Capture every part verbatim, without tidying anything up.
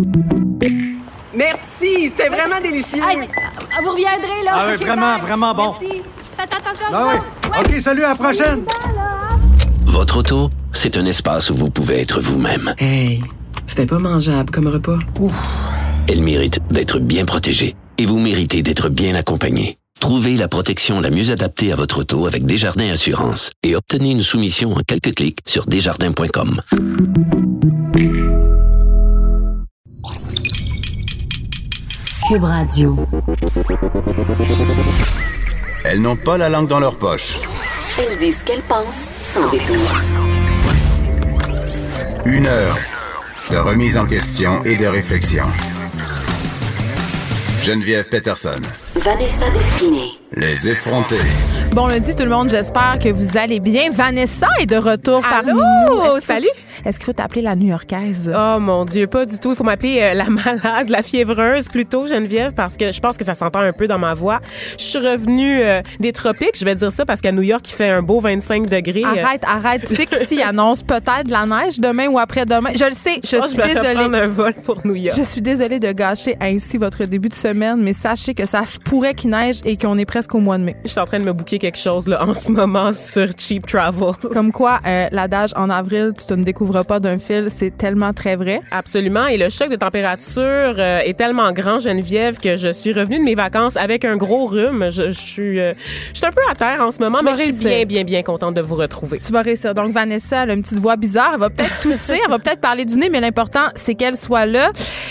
Merci, c'était vraiment délicieux. Hey, vous reviendrez, là. Ah oui, okay, vraiment, bye. vraiment bon. Merci. Faites attention. Ah oui. Ouais. OK, salut, à la prochaine. Votre auto, c'est un espace où vous pouvez être vous-même. Hey, c'était pas mangeable comme repas. Ouf. Elle mérite d'être bien protégée et vous méritez d'être bien accompagné. Trouvez la protection la mieux adaptée à votre auto avec Desjardins Assurance et obtenez une soumission en quelques clics sur desjardins point com. Cube Radio. Elles n'ont pas la langue dans leur poche. Elles disent ce qu'elles pensent sans détour. Une heure de remise en question et de réflexion. Geneviève Peterson. Vanessa Destinée. Les effrontés. Bon lundi tout le monde, j'espère que vous allez bien. Vanessa est de retour parmi nous. Allô, salut. Est-ce qu'il faut t'appeler la New-Yorkaise? Oh mon Dieu, pas du tout. Il faut m'appeler euh, la malade, la fiévreuse plutôt, Geneviève, parce que je pense que ça s'entend un peu dans ma voix. Je suis revenue euh, des tropiques, je vais dire ça parce qu'à New York, il fait un beau vingt-cinq degrés. Arrête, arrête. Tu sais que s'il annonce peut-être de la neige demain ou après-demain, je le sais, je, je suis je vais désolée. reprendre un vol pour New York. Je suis désolée de gâcher ainsi votre début de semaine, mais sachez que ça se pourrait qu'il neige et qu'on est presque au mois de mai. Je suis en train de me booker quelque chose là en ce moment sur Cheap Travel. Comme quoi, euh, l'adage en avril, tu te ne découvres pas d'un fil, c'est tellement très vrai. Absolument. Et le choc de température euh, est tellement grand, Geneviève, que je suis revenue de mes vacances avec un gros rhume. Je, je suis, euh, je suis un peu à terre en ce moment, Tu mais vas je suis réussir. bien, bien, bien contente de vous retrouver. Tu vas réussir. Donc, Vanessa, elle a une petite voix bizarre. Elle va peut-être tousser, elle va peut-être parler du nez, mais l'important, c'est qu'elle soit là.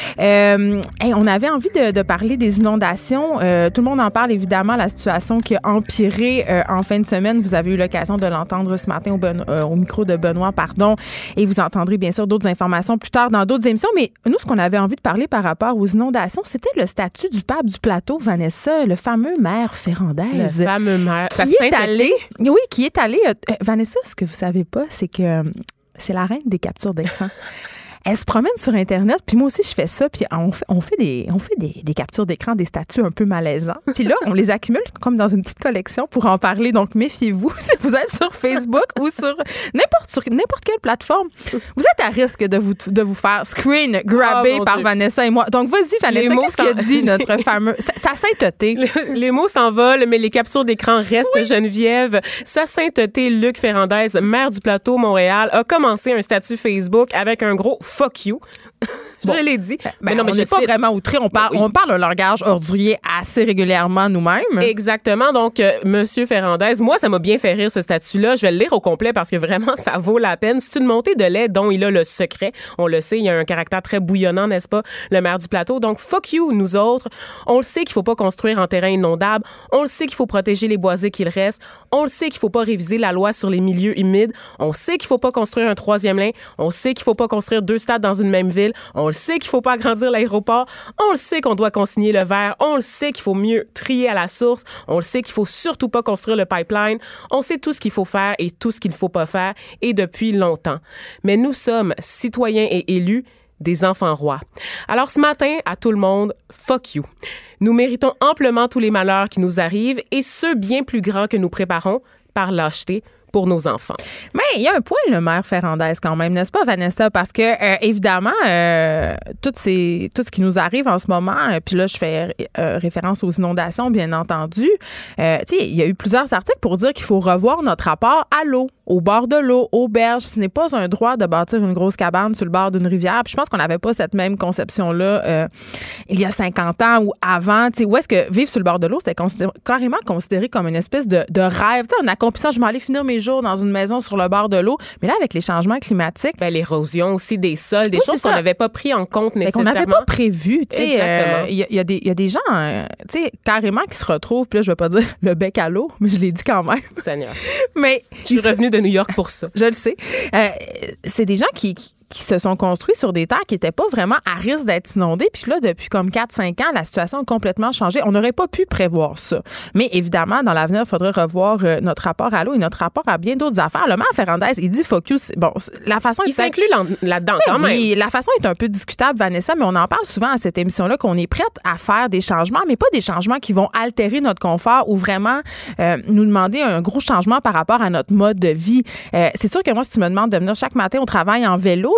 Euh, hey, on avait envie de, de parler des inondations. Euh, tout le monde en parle, évidemment, la situation qui a empiré euh, en fin de semaine. Vous avez eu l'occasion de l'entendre ce matin au, ben, euh, au micro de Benoît, pardon. Et vous entendrez, bien sûr, d'autres informations plus tard dans d'autres émissions. Mais nous, ce qu'on avait envie de parler par rapport aux inondations, c'était le statut du pape du plateau, Vanessa, le fameux maire Ferrandaise. Le fameux maire. Qui est allé, oui, qui est allé. Euh, Vanessa, ce que vous savez pas, c'est que euh, c'est la reine des captures d'écran. Elle se promène sur Internet, puis moi aussi, je fais ça, puis on fait, on fait, des, on fait des, des captures d'écran, des statuts un peu malaisants. Puis là, on les accumule comme dans une petite collection pour en parler. Donc, méfiez-vous si vous êtes sur Facebook ou sur n'importe, sur n'importe quelle plateforme. Vous êtes à risque de vous, de vous faire screen grabber Oh, par Dieu. Vanessa et moi. Donc, vas-y, Vanessa, Les mots qu'est-ce qu'a s'en- dit notre fameux... Sa, sa sainteté. Le- les mots s'envolent, mais les captures d'écran restent. Oui. Geneviève, sa sainteté Luc Ferrandaise, maire du plateau Montréal, a commencé un statut Facebook avec un gros « fuck you ». Je Bon. l'ai dit. Ben, mais non, mais on je n'est pas cite. vraiment outré. On parle, Oui. on parle un langage ordurier assez régulièrement nous-mêmes. Exactement. Donc, euh, Monsieur Ferrandaise, moi, ça m'a bien fait rire, ce statut-là. Je vais le lire au complet parce que vraiment, ça vaut la peine. C'est une montée de lait dont il a le secret. On le sait, il y a un caractère très bouillonnant, n'est-ce pas, le maire du plateau. Donc, fuck you, nous autres. On le sait qu'il faut pas construire en terrain inondable. On le sait qu'il faut protéger les boisés qu'il reste. On le sait qu'il faut pas réviser la loi sur les milieux humides. On sait qu'il faut pas construire un troisième lien. On sait qu'il faut pas construire deux stades dans une même ville. On le sait qu'il faut pas agrandir l'aéroport. On le sait qu'on doit consigner le verre. On le sait qu'il faut mieux trier à la source. On le sait qu'il faut surtout pas construire le pipeline. On sait tout ce qu'il faut faire et tout ce qu'il ne faut pas faire, et depuis longtemps. Mais nous sommes, citoyens et élus, des enfants rois. Alors ce matin, à tout le monde, fuck you. Nous méritons amplement tous les malheurs qui nous arrivent, et ceux bien plus grands que nous préparons par lâcheté pour nos enfants. Mais il y a un point, le maire Ferrandaise, quand même, n'est-ce pas, Vanessa? Parce que, euh, évidemment, euh, tout, ces, tout ce qui nous arrive en ce moment, euh, puis là, je fais euh, référence aux inondations, bien entendu. Euh, tu sais, il y a eu plusieurs articles pour dire qu'il faut revoir notre rapport à l'eau, au bord de l'eau, aux berges. Ce n'est pas un droit de bâtir une grosse cabane sur le bord d'une rivière. Puis je pense qu'on n'avait pas cette même conception-là euh, il y a cinquante ans ou avant. Tu sais, où est-ce que vivre sur le bord de l'eau, c'était considéré, carrément considéré comme une espèce de, de rêve. Tu sais, en accomplissant, je m'en allais finir mes jours dans une maison sur le bord de l'eau. Mais là, avec les changements climatiques... Ben, l'érosion aussi des sols, des Oui, choses c'est qu'on ça. n'avait pas pris en compte Mais qu'on nécessairement. n'avait pas prévu. Tu sais, Exactement. il euh, y, y, a des- y a des gens, euh, tu sais, carrément qui se retrouvent, puis là, je vais pas dire le bec à l'eau, mais je l'ai dit quand même. Seigneur. Mais Je suis revenue de New York pour ça. je le sais. Euh, c'est des gens qui, qui, qui se sont construits sur des terres qui n'étaient pas vraiment à risque d'être inondées. Puis là, depuis comme quatre cinq ans, la situation a complètement changé. On n'aurait pas pu prévoir ça. Mais évidemment, dans l'avenir, il faudrait revoir euh, notre rapport à l'eau et notre rapport à bien d'autres affaires. Le maire Ferrandaise, il dit focus. Bon, la façon Il est s'inclut là- là-dedans oui, quand même. oui, la façon est un peu discutable, Vanessa, mais on en parle souvent à cette émission-là qu'on est prête à faire des changements, mais pas des changements qui vont altérer notre confort ou vraiment euh, nous demander un gros changement par rapport à notre mode de vie. Euh, c'est sûr que moi, si tu me demandes de venir chaque matin au travail en vélo,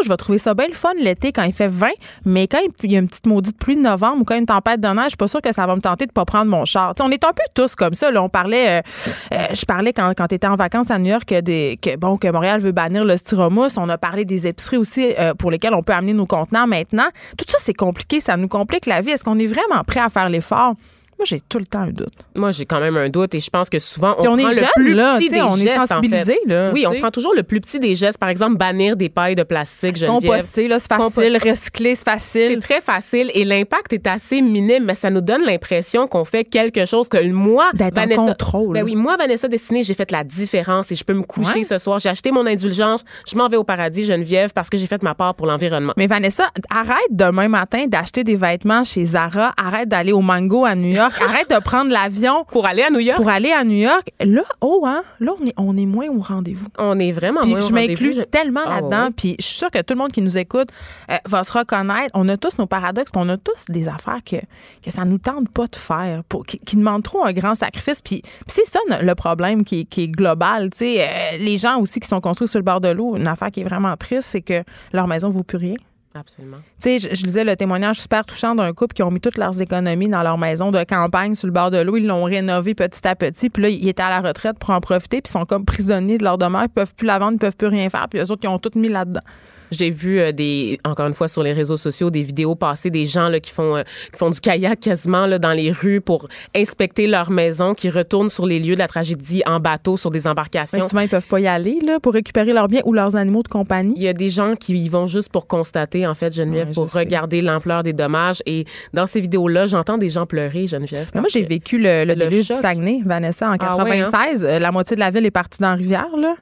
je vais trouver ça bien le fun l'été quand il fait vingt, mais quand il y a une petite maudite pluie de novembre ou quand il y a une tempête de neige, je suis pas sûre que ça va me tenter de pas prendre mon char. T'sais, on est un peu tous comme ça. Là. On parlait, euh, euh, je parlais quand, quand tu étais en vacances à New York que, des, que, bon, que Montréal veut bannir le styromousse. On a parlé des épiceries aussi euh, pour lesquelles on peut amener nos contenants maintenant. Tout ça, c'est compliqué. Ça nous complique la vie. Est-ce qu'on est vraiment prêt à faire l'effort? Moi, j'ai tout le temps un doute. Moi, j'ai quand même un doute et je pense que souvent, on Puis on prend est le jeune, plus là, petit des on gestes, est sensibilisé, en fait. là. Oui, t'sais. on prend toujours le plus petit des gestes. Par exemple, bannir des pailles de plastique, Geneviève. Composter, là, c'est facile. Composter. Recycler, c'est facile. C'est très facile et l'impact est assez minime, mais ça nous donne l'impression qu'on fait quelque chose que moi, D'être Vanessa, en contrôle. Ben oui, moi, Vanessa Destinée, j'ai fait la différence et je peux me coucher Ouais. ce soir. J'ai acheté mon indulgence. Je m'en vais au paradis, Geneviève, parce que j'ai fait ma part pour l'environnement. Mais Vanessa, arrête demain matin d'acheter des vêtements chez Zara. Arrête d'aller au Mango à New York. Arrête de prendre l'avion Pour aller à New York, pour aller à New York. Là, oh, hein, là, on est, on est moins au rendez-vous. on est vraiment Puis moins au je rendez-vous. m'inclus Je- tellement Ah, là-dedans. ouais. Puis je suis sûre que tout le monde qui nous écoute euh, va se reconnaître. On a tous nos paradoxes, puis on a tous des affaires que, que ça nous tente pas de faire, pour, qui, qui demandent trop un grand sacrifice. Puis, puis c'est ça le problème qui, est- qui est global. Tu sais, euh, les gens aussi qui sont construits sur le bord de l'eau, une affaire qui est vraiment triste, c'est que leur maison ne vaut plus rien. Absolument. Tu sais, je, je lisais le témoignage super touchant d'un couple qui ont mis toutes leurs économies dans leur maison de campagne sur le bord de l'eau. Ils l'ont rénové petit à petit. Puis là, ils étaient à la retraite pour en profiter. Puis ils sont comme prisonniers de leur demeure. Ils peuvent plus la vendre, ils peuvent plus rien faire. Puis eux autres, ils ont tout mis là-dedans. J'ai vu euh, des, encore une fois sur les réseaux sociaux, des vidéos passer des gens là, qui font euh, qui font du kayak quasiment là, dans les rues pour inspecter leur maison, qui retournent sur les lieux de la tragédie en bateau sur des Mais embarcations. souvent, ils peuvent pas y aller là, pour récupérer leurs biens ou leurs animaux de compagnie. Il y a des gens qui y vont juste pour constater, en fait, Geneviève, Ouais, je pour sais. regarder l'ampleur des dommages. Et dans ces vidéos-là, j'entends des gens pleurer, Geneviève. Mais moi, parce j'ai que- vécu le, le le début choc. du Saguenay, Vanessa, en Ah ouais, quatre-vingt-seize. Euh, La moitié de la ville est partie dans la rivière. Là.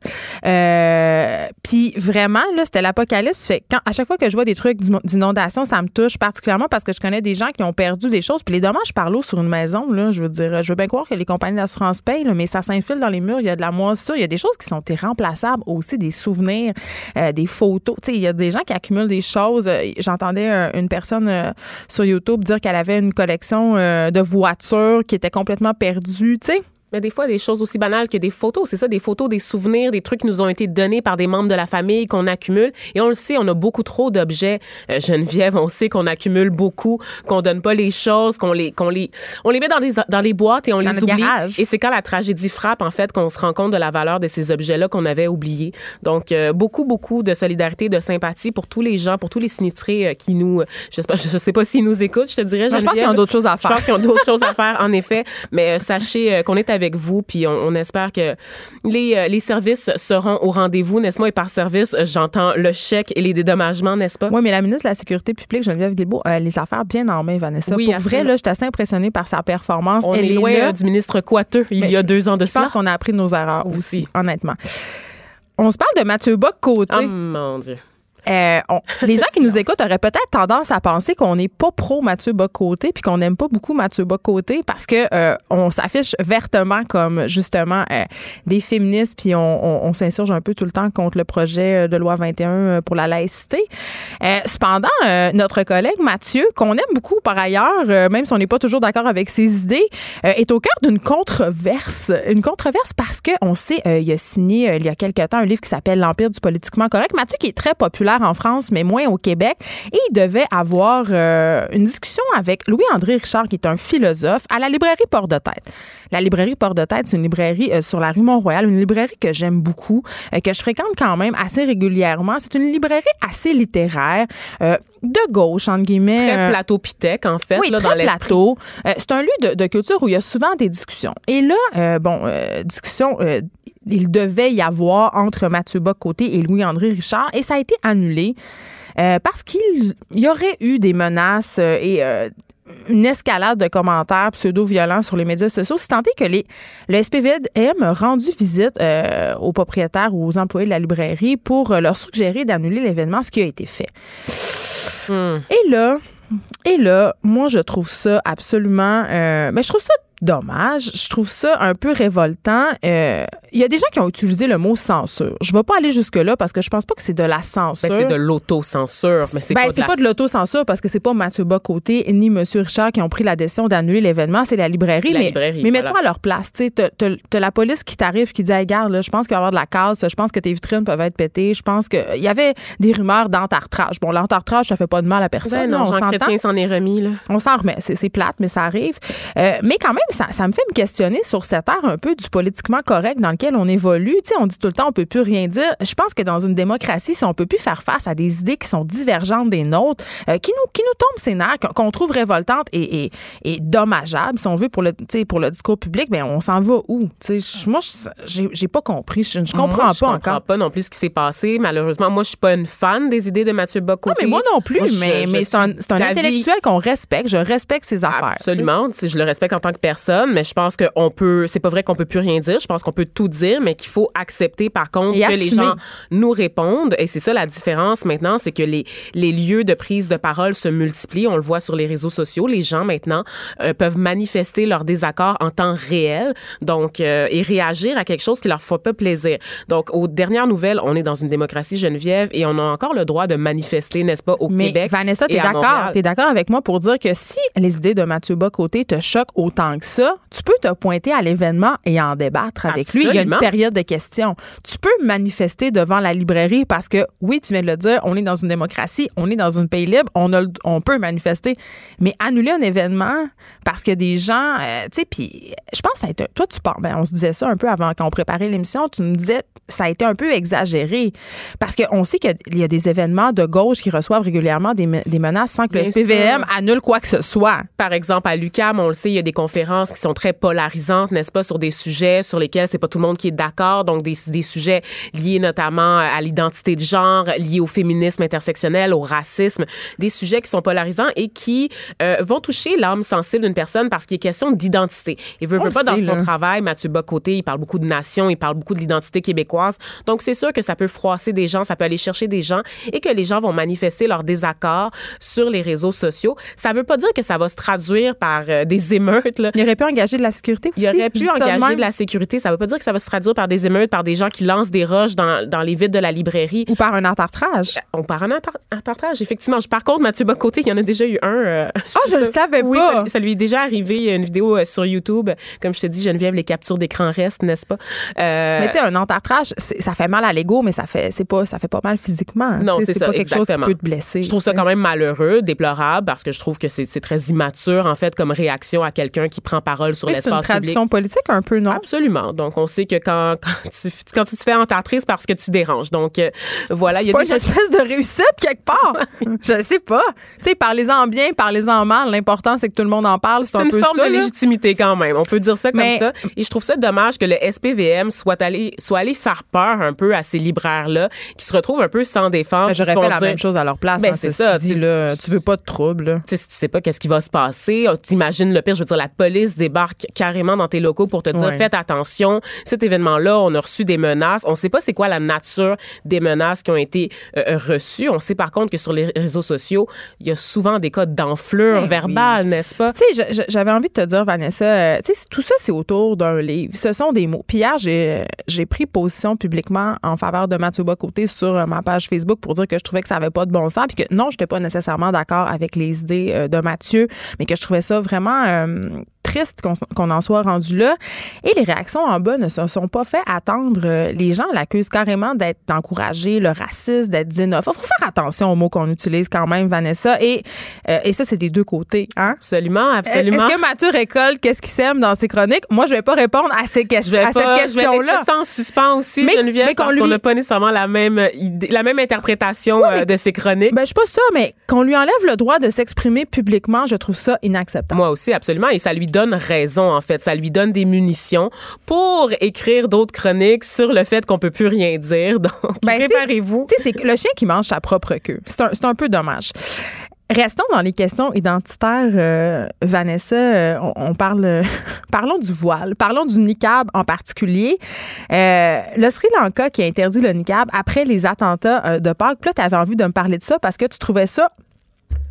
Euh, Puis vraiment, là, c'était l'apocalypse. Fait, quand, à chaque fois que je vois des trucs d'im- d'inondation, ça me touche particulièrement parce que je connais des gens qui ont perdu des choses. Puis les dommages par l'eau sur une maison, là, je veux dire, je veux bien croire que les compagnies d'assurance payent, là, mais ça s'infile dans les murs. Il y a de la moisissure. Il y a des choses qui sont irremplaçables aussi, des souvenirs, euh, des photos. Tu sais, il y a des gens qui accumulent des choses. Euh, J'entendais euh, une personne euh, sur YouTube dire qu'elle avait une collection euh, de voitures qui était complètement perdue. Tu sais, Mais des fois, des choses aussi banales que des photos. C'est ça, des photos, des souvenirs, des trucs qui nous ont été donnés par des membres de la famille qu'on accumule. Et on le sait, on a beaucoup trop d'objets. Euh, Geneviève, on sait qu'on accumule beaucoup, qu'on donne pas les choses, qu'on les, qu'on les, on les met dans des, dans les boîtes et on Dans les notre oublie. garage. Et c'est quand la tragédie frappe, en fait, qu'on se rend compte de la valeur de ces objets-là qu'on avait oubliés. Donc, euh, beaucoup, beaucoup de solidarité, de sympathie pour tous les gens, pour tous les sinistrés euh, qui nous, euh, je sais pas, je sais pas s'ils nous écoutent, je te dirais, je Geneviève. pense qu'ils ont d'autres choses à Je faire. pense qu'ils ont d'autres choses à faire, en effet. Mais euh, sachez euh, qu'on est avec vous, puis on, on espère que les, euh, les services seront au rendez-vous, n'est-ce pas? Et par service, euh, j'entends le chèque et les dédommagements, n'est-ce pas? Oui, mais la ministre de la Sécurité publique, Geneviève Guilbeault, a les affaires bien en main, Vanessa. Oui, Pour absolument. vrai, là, j'étais assez impressionnée par sa performance. On Elle est loin là. euh, du ministre Coiteux, il Mais y a je- deux ans de Je cela. pense qu'on a appris de nos erreurs aussi, Aussi. honnêtement. On se parle de Mathieu Bock-Côté. Oh mon Dieu. Euh, on- les gens qui nous écoutent auraient peut-être tendance à penser qu'on n'est pas pro Mathieu Bock-Côté puis qu'on n'aime pas beaucoup Mathieu Bock-Côté parce que euh, on s'affiche vertement comme justement euh, des féministes puis on, on, on s'insurge un peu tout le temps contre le projet de loi vingt et un pour la laïcité. Euh, cependant, euh, notre collègue Mathieu, qu'on aime beaucoup par ailleurs, euh, même si on n'est pas toujours d'accord avec ses idées, euh, est au cœur d'une controverse. Une controverse parce qu'on sait, euh, il a signé euh, il y a quelque temps un livre qui s'appelle L'Empire du politiquement correct. Mathieu qui est très populaire en France, mais moins au Québec. Et il devait avoir euh, une discussion avec Louis-André Richard, qui est un philosophe, à la librairie Port-de-Tête. La librairie Port-de-Tête, c'est une librairie euh, sur la rue Mont-Royal, une librairie que j'aime beaucoup, euh, que je fréquente quand même assez régulièrement. C'est une librairie assez littéraire, euh, de gauche, entre guillemets. Très euh, plateau Pitec, en fait, oui, là, très dans l'esprit. plateau. Euh, c'est un lieu de, de culture où il y a souvent des discussions. Et là, euh, bon, euh, discussion, euh, il devait y avoir entre Mathieu Bock-Côté et Louis-André Richard, et ça a été annulé euh, parce qu'il y aurait eu des menaces euh, et euh, une escalade de commentaires pseudo-violents sur les médias sociaux, si tant est que les, le S P V M a rendu visite euh, aux propriétaires ou aux employés de la librairie pour euh, leur suggérer d'annuler l'événement, ce qui a été fait. Hmm. Et là, et là, moi, je trouve ça absolument... Euh, mais je trouve ça dommage. Je trouve ça un peu révoltant. Il euh, y a des gens qui ont utilisé le mot censure. Je ne vais pas aller jusque-là parce que je pense pas que c'est de la censure. Ben, c'est de l'autocensure, mais c'est ben, pas c'est de pas la... de l'autocensure parce que c'est pas Mathieu Bock-Côté ni M. Richard qui ont pris la décision d'annuler l'événement, c'est la librairie. La mais librairie, mais voilà. mets-toi à leur place. Tu as, as la police qui t'arrive qui dit hey, regarde, là, je pense qu'il va y avoir de la casse, je pense que tes vitrines peuvent être pétées, je pense qu'il y avait des rumeurs d'entartrage. Bon, l'entartrage, ça fait pas de mal à personne. Ouais, non, là, on Jean s'entend. Chrétien s'en est remis. Là. On s'en remet. C'est, c'est plate, mais ça arrive. Euh, mais quand même, ça, ça me fait me questionner sur cette ère un peu du politiquement correct dans lequel on évolue. Tu sais, on dit tout le temps, on peut plus rien dire. Je pense que dans une démocratie, si on peut plus faire face à des idées qui sont divergentes des nôtres, euh, qui nous qui nous tombent ses nerfs, qu'on trouve révoltantes et, et, et dommageables, si on veut, pour le, tu sais, pour le discours public, bien, on s'en va où? Tu sais, moi, j'ai, j'ai pas compris. Je, je comprends moi, pas je encore. Je comprends pas non plus ce qui s'est passé. Malheureusement, moi, je suis pas une fan des idées de Mathieu Bock-Côté. Non, mais moi non plus, moi, je, mais, je mais c'est un, c'est un intellectuel qu'on respecte. Je respecte ses affaires. Absolument. Tu sais, je le respecte en tant que personne, mais je pense qu'on peut, c'est pas vrai qu'on peut plus rien dire. Je pense qu'on peut tout dire, mais qu'il faut accepter, par contre, et que assumer. Les gens nous répondent. Et c'est ça la différence maintenant, c'est que les, les lieux de prise de parole se multiplient. On le voit sur les réseaux sociaux. Les gens, maintenant, euh, peuvent manifester leur désaccord en temps réel, donc, euh, et réagir à quelque chose qui leur fait pas plaisir. Donc, aux dernières nouvelles, on est dans une démocratie, Geneviève, et on a encore le droit de manifester, n'est-ce pas, au mais Québec. Vanessa, t'es et à d'accord, Montréal. t'es d'accord avec moi pour dire que si les idées de Mathieu Bock-Côté te choquent autant que ça, tu peux te pointer à l'événement et en débattre avec Absolument. lui. Il y a une période de questions. Tu peux manifester devant la librairie parce que, oui, tu viens de le dire, on est dans une démocratie, on est dans un pays libre, on, a, on peut manifester. Mais annuler un événement parce que des gens, euh, tu sais, puis je pense que ça a été, toi, tu parles, ben, on se disait ça un peu avant qu'on préparait l'émission, tu me disais, ça a été un peu exagéré parce qu'on sait qu'il y a des événements de gauche qui reçoivent régulièrement des, des menaces sans que Bien le S P V M sûr. annule quoi que ce soit. Par exemple, à l'U Q A M, on le sait, il y a des conférences qui sont très polarisantes, n'est-ce pas, sur des sujets sur lesquels c'est pas tout le monde qui est d'accord, donc des, des sujets liés notamment à l'identité de genre, liés au féminisme intersectionnel, au racisme, des sujets qui sont polarisants et qui euh, vont toucher l'âme sensible d'une personne parce qu'il est question d'identité. Il veut, veut pas dans sait, son là. travail, Mathieu Bock-Côté, il parle beaucoup de nation, il parle beaucoup de l'identité québécoise, donc c'est sûr que ça peut froisser des gens, ça peut aller chercher des gens et que les gens vont manifester leur désaccord sur les réseaux sociaux. Ça veut pas dire que ça va se traduire par euh, des émeutes, là. Il aurait pu engager de la sécurité aussi. Il aurait pu Je dis ça de engager même. de la sécurité. Ça veut pas dire que ça va se traduire par des émeutes, par des gens qui lancent des roches dans, dans les vides de la librairie. Ou par un entartrage. On part en entar- entartrage, effectivement. Par contre, Mathieu Bock-Côté, il y en a déjà eu un. euh, Ah, je le savais oui, pas. ça, ça lui est déjà arrivé. Il y a une vidéo euh, sur YouTube. Comme je te dis, Geneviève, les captures d'écran restent, n'est-ce pas? Euh, Mais tu sais, un entartrage, c'est- ça fait mal à l'ego, mais ça fait, c'est pas, ça fait pas mal physiquement. Non, Tu sais, c'est c'est ça, pas quelque exactement. chose qui peut te blesser. Je trouve ça quand même malheureux, déplorable, parce que je trouve que c'est, c'est très immature, en fait, comme réaction à quelqu'un qui prend parole sur Oui, c'est une l'espace public. tradition politique un peu, non? Absolument. Donc, on sait que quand, quand, tu, quand tu te fais entartrer, c'est parce que tu déranges. Donc, euh, voilà. C'est Il y a pas des une espèce de réussite quelque part. Je sais pas. Tu sais, parlez-en bien, parlez-en mal. L'important, c'est que tout le monde en parle. C'est, C'est un une peu forme ça, de là. légitimité quand même. On peut dire ça comme Mais- ça. Et je trouve ça dommage que le S P V M soit allé, soit allé faire peur un peu à ces libraires-là qui se retrouvent un peu sans défense. Ben, j'aurais qui se fait font la dire- même chose à leur place. Ben, hein, c'est ceci ça, dit, tu- là, tu veux pas de trouble. Là. Tu sais, si tu sais pas qu'est-ce qui va se passer, tu imagines le pire, je veux dire, la police débarque carrément dans tes locaux pour te dire, Ouais. faites attention, cet événement-là, on a reçu des menaces. On sait pas c'est quoi la nature des menaces qui ont été euh, reçues. On sait par contre que sur les réseaux sociaux, il y a souvent des cas d'enflure Ben verbale, n'est-ce pas? Tu sais, je- je- j'avais envie de te dire, Vanessa, euh, tu sais, tout ça, c'est autour d'un livre. Ce sont des mots. Puis hier, j'ai, j'ai pris position publiquement en faveur de Mathieu Bock-Côté sur euh, ma page Facebook pour dire que je trouvais que ça avait pas de bon sens, puis que non, je n'étais pas nécessairement d'accord avec les idées euh, de Mathieu, mais que je trouvais ça vraiment euh, triste qu'on, qu'on en soit rendu là. Et les réactions en bas ne se sont pas fait attendre. Euh, Les gens l'accusent carrément d'être encouragé, le racisme, d'être xénophobe. Faut faire attention aux mots qu'on utilise quand même, Vanessa. Et, euh, et ça, c'est des deux côtés. Hein? Absolument, absolument. Est-ce que Mathieu récolte qu'est-ce qu'il sème dans ses chroniques? Moi, je vais pas répondre à, ces que- Je vais à pas, cette je vais question-là. laisser ça en suspens aussi, Mais- Geneviève, mais qu'on parce lui- qu'on n'a pas nécessairement la même idée, la même interprétation Ouais, mais- euh, de ces chroniques. Ben, je suis pas sûre, mais qu'on lui enlève le droit de s'exprimer publiquement, je trouve ça inacceptable. Moi aussi, absolument. Et ça lui donne raison, en fait. Ça lui donne des munitions pour écrire d'autres chroniques sur le fait qu'on peut plus rien dire. Donc, Ben, c'est- préparez-vous. Tu sais, c'est le chien qui mange sa propre queue. C'est un, c'est un peu dommage. Restons dans les questions identitaires, euh, Vanessa. Euh, on, on parle, euh, parlons du voile, parlons du niqab en particulier. Euh, le Sri Lanka qui a interdit le niqab après les attentats euh, de Pâques. Puis là, tu avais envie de me parler de ça parce que tu trouvais ça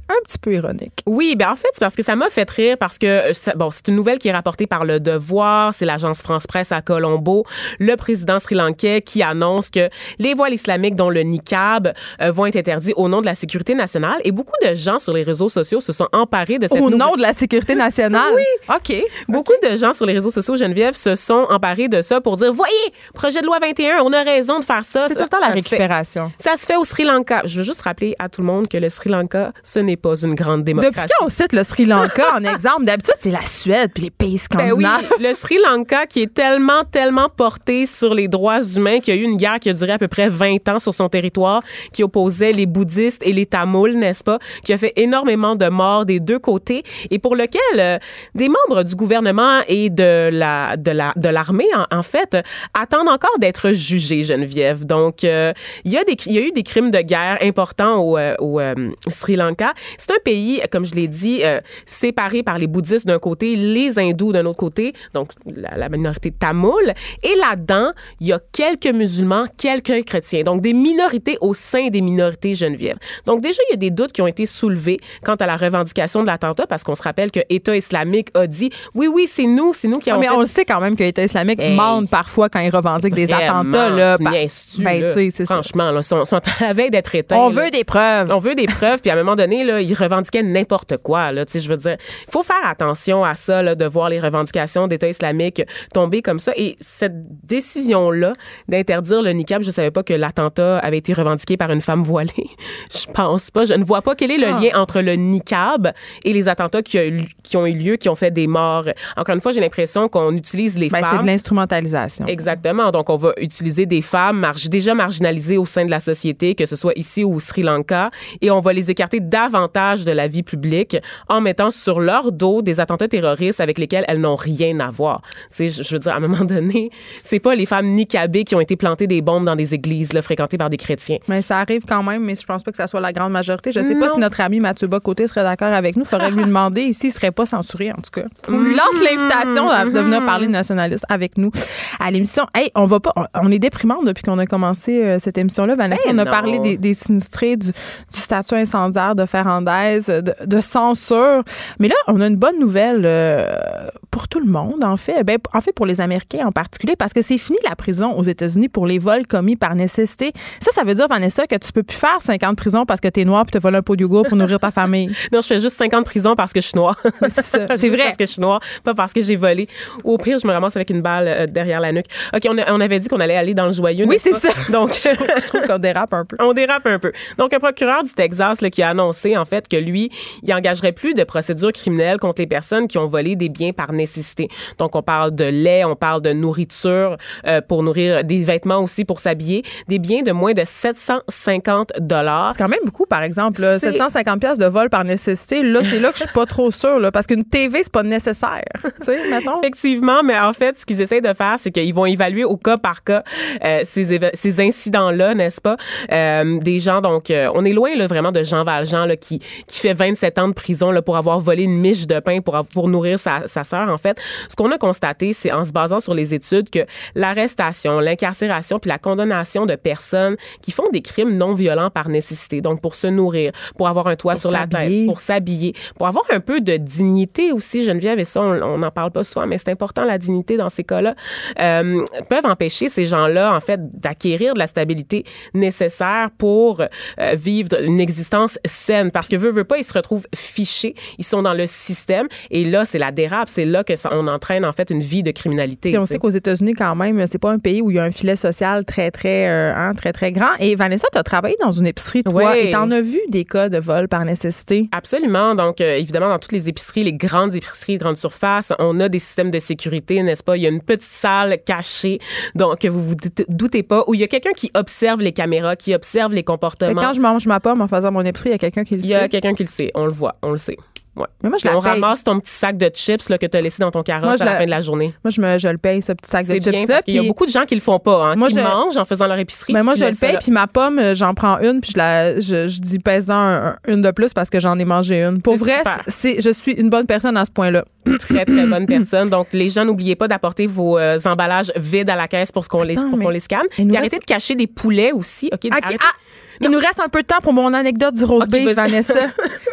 un petit peu ironique. Oui, ben en fait, c'est parce que ça m'a fait rire parce que, ça, bon, c'est une nouvelle qui est rapportée par Le Devoir, c'est l'agence France-Presse à Colombo, le président sri-lankais qui annonce que les voiles islamiques, dont le niqab, euh, vont être interdits au nom de la sécurité nationale. Et beaucoup de gens sur les réseaux sociaux se sont emparés de cette Au nouvelle... nom de la sécurité nationale? Oui. OK. Beaucoup okay. de gens sur les réseaux sociaux, Geneviève, se sont emparés de ça pour dire, voyez, projet de loi vingt et un, on a raison de faire ça. C'est ça, tout le temps la ça récupération. Se fait, ça se fait au Sri Lanka. Je veux juste rappeler à tout le monde que le Sri Lanka, ce n'est pas une grande démocratie. Depuis qu'on cite le Sri Lanka en exemple, d'habitude, c'est la Suède puis les pays scandinaves. Ben oui, le Sri Lanka qui est tellement, tellement porté sur les droits humains qu'il y a eu une guerre qui a duré à peu près vingt ans sur son territoire, qui opposait les bouddhistes et les tamouls, n'est-ce pas, qui a fait énormément de morts des deux côtés et pour lequel euh, des membres du gouvernement et de la de la de l'armée en, en fait euh, attendent encore d'être jugés, Geneviève. Donc euh, il y a des il y a eu des crimes de guerre importants au, euh, au euh, Sri Lanka. C'est un pays, comme je l'ai dit, euh, séparé par les bouddhistes d'un côté, les hindous d'un autre côté, donc la, la minorité tamoule. Et là-dedans, il y a quelques musulmans, quelques chrétiens. Donc des minorités au sein des minorités, Geneviève. Donc déjà, il y a des doutes qui ont été soulevés quant à la revendication de l'attentat, parce qu'on se rappelle que État islamique a dit, oui, oui, c'est nous, c'est nous qui avons Mais fait... on le sait quand même que l'État islamique hey, mente parfois quand il revendique des attentats. Là, tu par... niaises-tu, ben, là? C'est Franchement, là, sont, sont à la veille d'être éteints. On là. veut des preuves. On veut des preuves, puis à un moment donné, là, ils revendiquaient n'importe quoi. Là, je veux dire, il faut faire attention à ça, là, de voir les revendications d'État islamique tomber comme ça. Et cette décision-là d'interdire le niqab, je ne savais pas que l'attentat avait été revendiqué par une femme voilée. Je pense pas. Je ne vois pas quel est le ah. lien entre le niqab et les attentats qui, a eu, qui ont eu lieu, qui ont fait des morts. Encore une fois, j'ai l'impression qu'on utilise les ben, femmes. C'est de l'instrumentalisation. Exactement. Donc, on va utiliser des femmes marg- déjà marginalisées au sein de la société, que ce soit ici ou au Sri Lanka, et on va les écarter davantage de la vie publique en mettant sur leur dos des attentats terroristes avec lesquels elles n'ont rien à voir. Tu sais, je, je veux dire, à un moment donné, c'est pas les femmes niqabées qui ont été plantées des bombes dans des églises là, fréquentées par des chrétiens. Mais ça arrive quand même, mais je pense pas que ça soit la grande majorité. Je sais non. pas si notre ami Mathieu Bock-Côté serait d'accord avec nous. Faudrait lui demander ici, il serait pas censuré, en tout cas. On lui lance l'invitation à, de venir parler de nationalistes avec nous à l'émission. Hey, on va pas, on, on est déprimante depuis qu'on a commencé euh, cette émission-là. Vanessa, hey, on a non. parlé des, des sinistrés, du, du statut incendiaire de Ferrandez, de, de censure. Mais là, on a une bonne nouvelle euh, pour tout le monde, en fait. Ben, en fait, pour les Américains en particulier, parce que c'est fini la prison aux États-Unis pour les vols commis par nécessité. Ça, ça veut dire, Vanessa, que tu peux plus faire cinq ans de prison parce que t'es noire puis te voler un pot de yogourt pour nourrir ta famille. Non, je fais juste cinq ans de prison parce que je suis noire. C'est ça. C'est vrai. Parce que je suis noire, pas parce que j'ai volé. Ou au pire, je me ramasse avec une balle euh, derrière la nuque. OK, on, a, on avait dit qu'on allait aller dans le joyeux. Oui, c'est pas? ça. Donc, je trouve qu'on dérape un peu. On dérape un peu. Donc, un procureur du Texas là, qui a annoncé, en fait, que lui, il engagerait plus de procédures criminelles contre les personnes qui ont volé des biens par nécessité. Donc, on parle de lait, on parle de nourriture euh, pour nourrir, des vêtements aussi pour s'habiller, des biens de moins de sept cent cinquante dollars. C'est quand même beaucoup, par exemple. Là, sept cent cinquante dollars de vol par nécessité. Là, c'est là que je suis pas trop sûre, là, parce qu'une T V, c'est pas nécessaire. Tu sais, mettons. Effectivement, mais en fait, ce qu'ils essayent de faire, c'est qu'ils vont évaluer au cas par cas euh, ces, éve- ces incidents-là, n'est-ce pas? Euh, des gens, donc, euh, on est loin là, vraiment de Jean Valjean là, qui, qui fait vingt-sept ans de prison là, pour avoir volé une miche de pain pour, pour nourrir sa, sa sœur. En fait, ce qu'on a constaté, c'est en se basant sur les études que l'arrestation, l'incarcération puis la condamnation de personnes qui font des crimes non violents par nécessité, donc pour se nourrir, pour avoir un toit pour sur s'habiller. la tête, pour s'habiller, pour avoir un peu de dignité aussi, Geneviève, et ça, on n'en parle pas souvent, mais c'est important, la dignité dans ces cas-là, euh, peuvent empêcher ces gens-là, en fait, d'acquérir de la stabilité nécessaire pour euh, vivre une existence saine. Parce que, veut, veut pas, ils se retrouvent fichés, ils sont dans le système, et là, c'est la dérape, c'est là que ça, on entraîne, en fait, une vie de criminalité. Puis on sait qu'aux États-Unis, quand même, c'est pas un pays où il y a un filet social très, très, euh, hein, très, très grand. Et Vanessa, tu as travaillé dans une épicerie, toi, ouais. et t'en as vu des cas de vol par nécessité. Absolument. Donc, euh, évidemment, dans toutes les épiceries, les grandes épiceries, grandes surfaces, on a des systèmes de sécurité, n'est-ce pas? Il y a une petite salle cachée, donc vous vous doutez pas, où il y a quelqu'un qui observe les caméras, qui observe les comportements. Quand je mange ma pomme en faisant mon épicerie, il y a quelqu'un qui le sait. Il y a quelqu'un qui le sait. On le voit. On le sait. Ouais. Mais moi, je la on paye. ramasse ton petit sac de chips là, que tu as laissé dans ton carrosse moi, à la, la fin de la journée. Moi, je, me, je le paye, ce petit sac c'est de chips-là. Bien, parce qu'il y a beaucoup de gens qui le font pas, hein, moi, qui je, mangent en faisant leur épicerie. Mais moi, je le paye, puis ma pomme, j'en prends une, puis je, la, je, je dis pèse-en un, une de plus parce que j'en ai mangé une. Pour c'est vrai, c'est, je suis une bonne personne à ce point-là. Très, très bonne personne. Donc, les gens, n'oubliez pas d'apporter vos euh, emballages vides à la caisse pour, ce qu'on les, pour qu'on les scanne. Et reste... arrêtez de cacher des poulets aussi. OK? okay. Ah, il nous reste un peu de temps pour mon anecdote du roast okay, beef, Vanessa.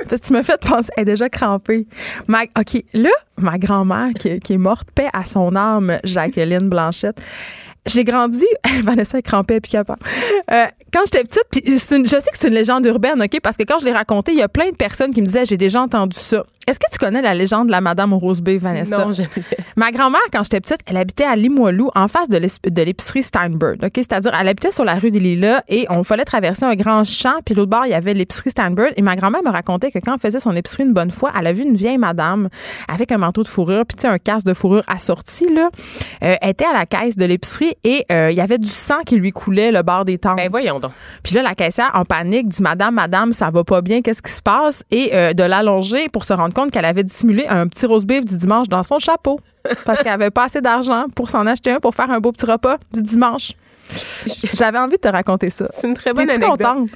Parce que tu m'as fait penser, elle est déjà crampée. Ma, OK, là, ma grand-mère qui, qui est morte, paix à son âme, Jacqueline Blanchette. J'ai grandi, Vanessa est crampée et puis capable. Euh, quand j'étais petite, puis c'est une, je sais que c'est une légende urbaine, OK, parce que quand je l'ai raconté, il y a plein de personnes qui me disaient, j'ai déjà entendu ça. Est-ce que tu connais la légende de la Madame au Rose Bay, Vanessa? Non, je Ma grand-mère, quand j'étais petite, elle habitait à Limoilou, en face de, de l'épicerie Steinberg. OK? C'est-à-dire, elle habitait sur la rue des Lilas et on fallait traverser un grand champ, puis l'autre bord, il y avait l'épicerie Steinberg. Et ma grand-mère me racontait que quand elle faisait son épicerie une bonne fois, elle a vu une vieille madame avec un manteau de fourrure, puis tu sais, un casque de fourrure assorti, là. Euh, elle était à la caisse de l'épicerie et euh, il y avait du sang qui lui coulait le bord des tempes. Ben voyons donc. Puis là, la caissière, en panique, dit « Madame, madame, ça va pas bien, qu'est-ce qui se passe? » Et euh, de l'allonger pour se rendre compte qu'elle avait dissimulé un petit roast beef du dimanche dans son chapeau parce qu'elle avait pas assez d'argent pour s'en acheter un pour faire un beau petit repas du dimanche. J'avais envie de te raconter ça. C'est une très bonne T'es-tu anecdote. contente?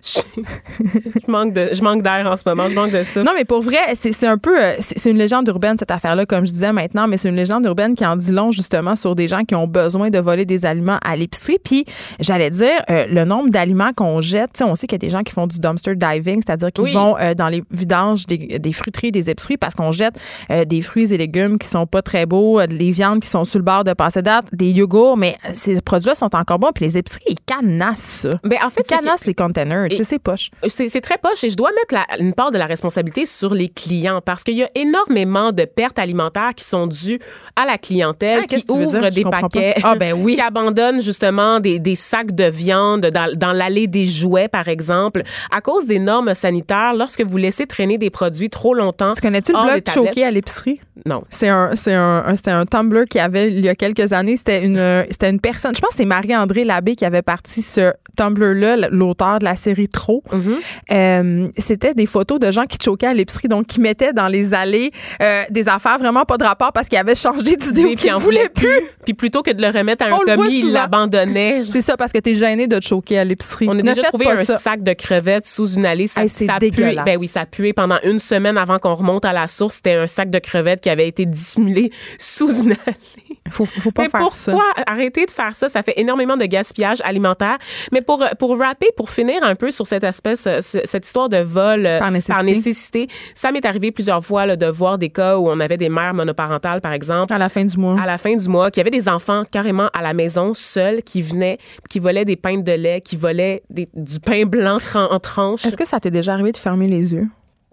Je manque de, je manque d'air en ce moment. Je manque de ça. Non, mais pour vrai, c'est, c'est un peu, c'est, c'est une légende urbaine cette affaire-là, comme je disais maintenant, mais c'est une légende urbaine qui en dit long justement sur des gens qui ont besoin de voler des aliments à l'épicerie. Puis j'allais dire, euh, le nombre d'aliments qu'on jette, tu sais, on sait qu'il y a des gens qui font du dumpster diving, c'est-à-dire qu'ils Oui. vont euh, dans les vidanges des, des fruiteries, des épiceries, parce qu'on jette euh, des fruits et légumes qui sont pas très beaux, euh, des viandes qui sont sur le bord de passer date, des yogourts, mais ces produits-là sont encore bons. Puis les épiceries, ils canassent ça. Ben, en fait, Ils canassent les containers. Tu sais, Et- c'est poche. C'est, c'est très poche et je dois mettre la- une part de la responsabilité sur les clients parce qu'il y a énormément de pertes alimentaires qui sont dues à la clientèle Ah, qu'est-ce qui que tu veux ouvre dire? Je des comprends paquets, pas. Ah, ben oui. qui abandonnent justement des, des sacs de viande dans, dans l'allée des jouets, par exemple, à cause des normes sanitaires. Lorsque vous laissez traîner des produits trop longtemps, Tu connais-tu le hors blog des tablettes- Choqué à l'épicerie? Non. C'est un, c'est un, un- c'était un Tumblr qu'il y avait il y a quelques années. C'était une, c'était une personne, je pense que c'est Marie-André Labbé qui avait parti ce Tumblr-là, l'auteur de la série Trop. Mm-hmm. Euh, c'était des photos de gens qui choquaient à l'épicerie, donc qui mettaient dans les allées euh, des affaires vraiment pas de rapport parce qu'ils avaient changé d'idée ou Puis qu'ils en voulaient voulait plus. Puis plutôt que de le remettre à On un le voit commis, il souvent. l'abandonnait. C'est ça, parce que t'es gêné de te choquer à l'épicerie. On a Ne déjà faites trouvé pas un ça. sac de crevettes sous une allée. Ça, Hey, c'est ça puait. dégueulasse. Ben oui, ça puait pendant une semaine avant qu'on remonte à la source. C'était un sac de crevettes qui avait été dissimulé sous une allée. Faut, faut pas Mais faire pourquoi ça. arrêter de faire ça? Ça fait énormément de gaspillage alimentaire. Mais pour, pour rapper, pour finir un peu sur cette espèce, cette histoire de vol Par nécessité. par nécessité, ça m'est arrivé plusieurs fois là, de voir des cas où on avait des mères monoparentales, par exemple, À la fin du mois. à la fin du mois, qui avaient des enfants carrément à la maison, seuls, qui venaient, qui volaient des pintes de lait, qui volaient des- du pain blanc tran- en tranches. Est-ce que ça t'est déjà arrivé de fermer les yeux?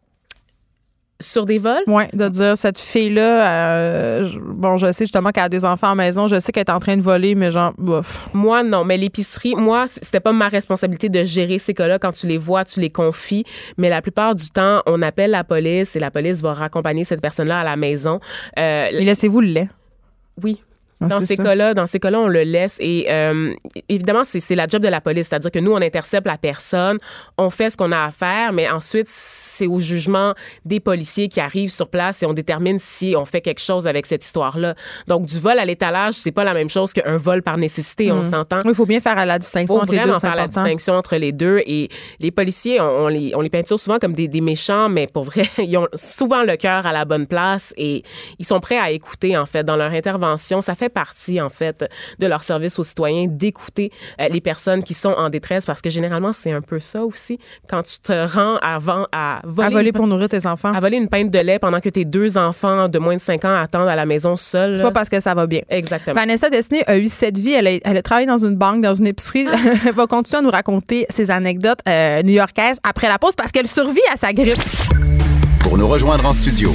Sur des vols? Oui, de dire cette fille-là, euh, je- bon, je sais justement qu'elle a des enfants à la maison, je sais qu'elle est en train de voler, mais genre, bof. Moi, non. Mais l'épicerie, moi, c'était pas ma responsabilité de gérer ces cas-là. Quand tu les vois, tu les confies. Mais la plupart du temps, on appelle la police et la police va raccompagner cette personne-là à la maison. Euh, Mais laissez-vous le lait. oui. Ah, Dans c'est ces ça. cas-là, dans ces cas-là, on le laisse et euh, évidemment, c'est, c'est la job de la police, c'est-à-dire que nous, on intercepte la personne, on fait ce qu'on a à faire, mais ensuite, c'est au jugement des policiers qui arrivent sur place et on détermine si on fait quelque chose avec cette histoire-là. Donc, du vol à l'étalage, c'est pas la même chose qu'un vol par nécessité, on s'entend. Il faut bien faire la distinction Il faut entre les deux, vraiment c'est faire la important. distinction entre les deux. Et les policiers, on, on les, on les peinture souvent comme des, des méchants, mais pour vrai, ils ont souvent le cœur à la bonne place et ils sont prêts à écouter, en fait, dans leur intervention. Ça fait partie, en fait, de leur service aux citoyens, d'écouter euh, les personnes qui sont en détresse, parce que généralement, c'est un peu ça aussi. Quand tu te rends avant à voler, À voler une, pour nourrir tes enfants. à voler une pinte de lait pendant que tes deux enfants de moins de cinq ans attendent à la maison seuls. C'est là. pas parce que ça va bien. Exactement. Vanessa Destinée a eu cette vie. Elle a, elle a travaillé dans une banque, dans une épicerie. Elle va continuer à nous raconter ses anecdotes euh, new-yorkaises après la pause parce qu'elle survit à sa grippe. Pour nous rejoindre en studio,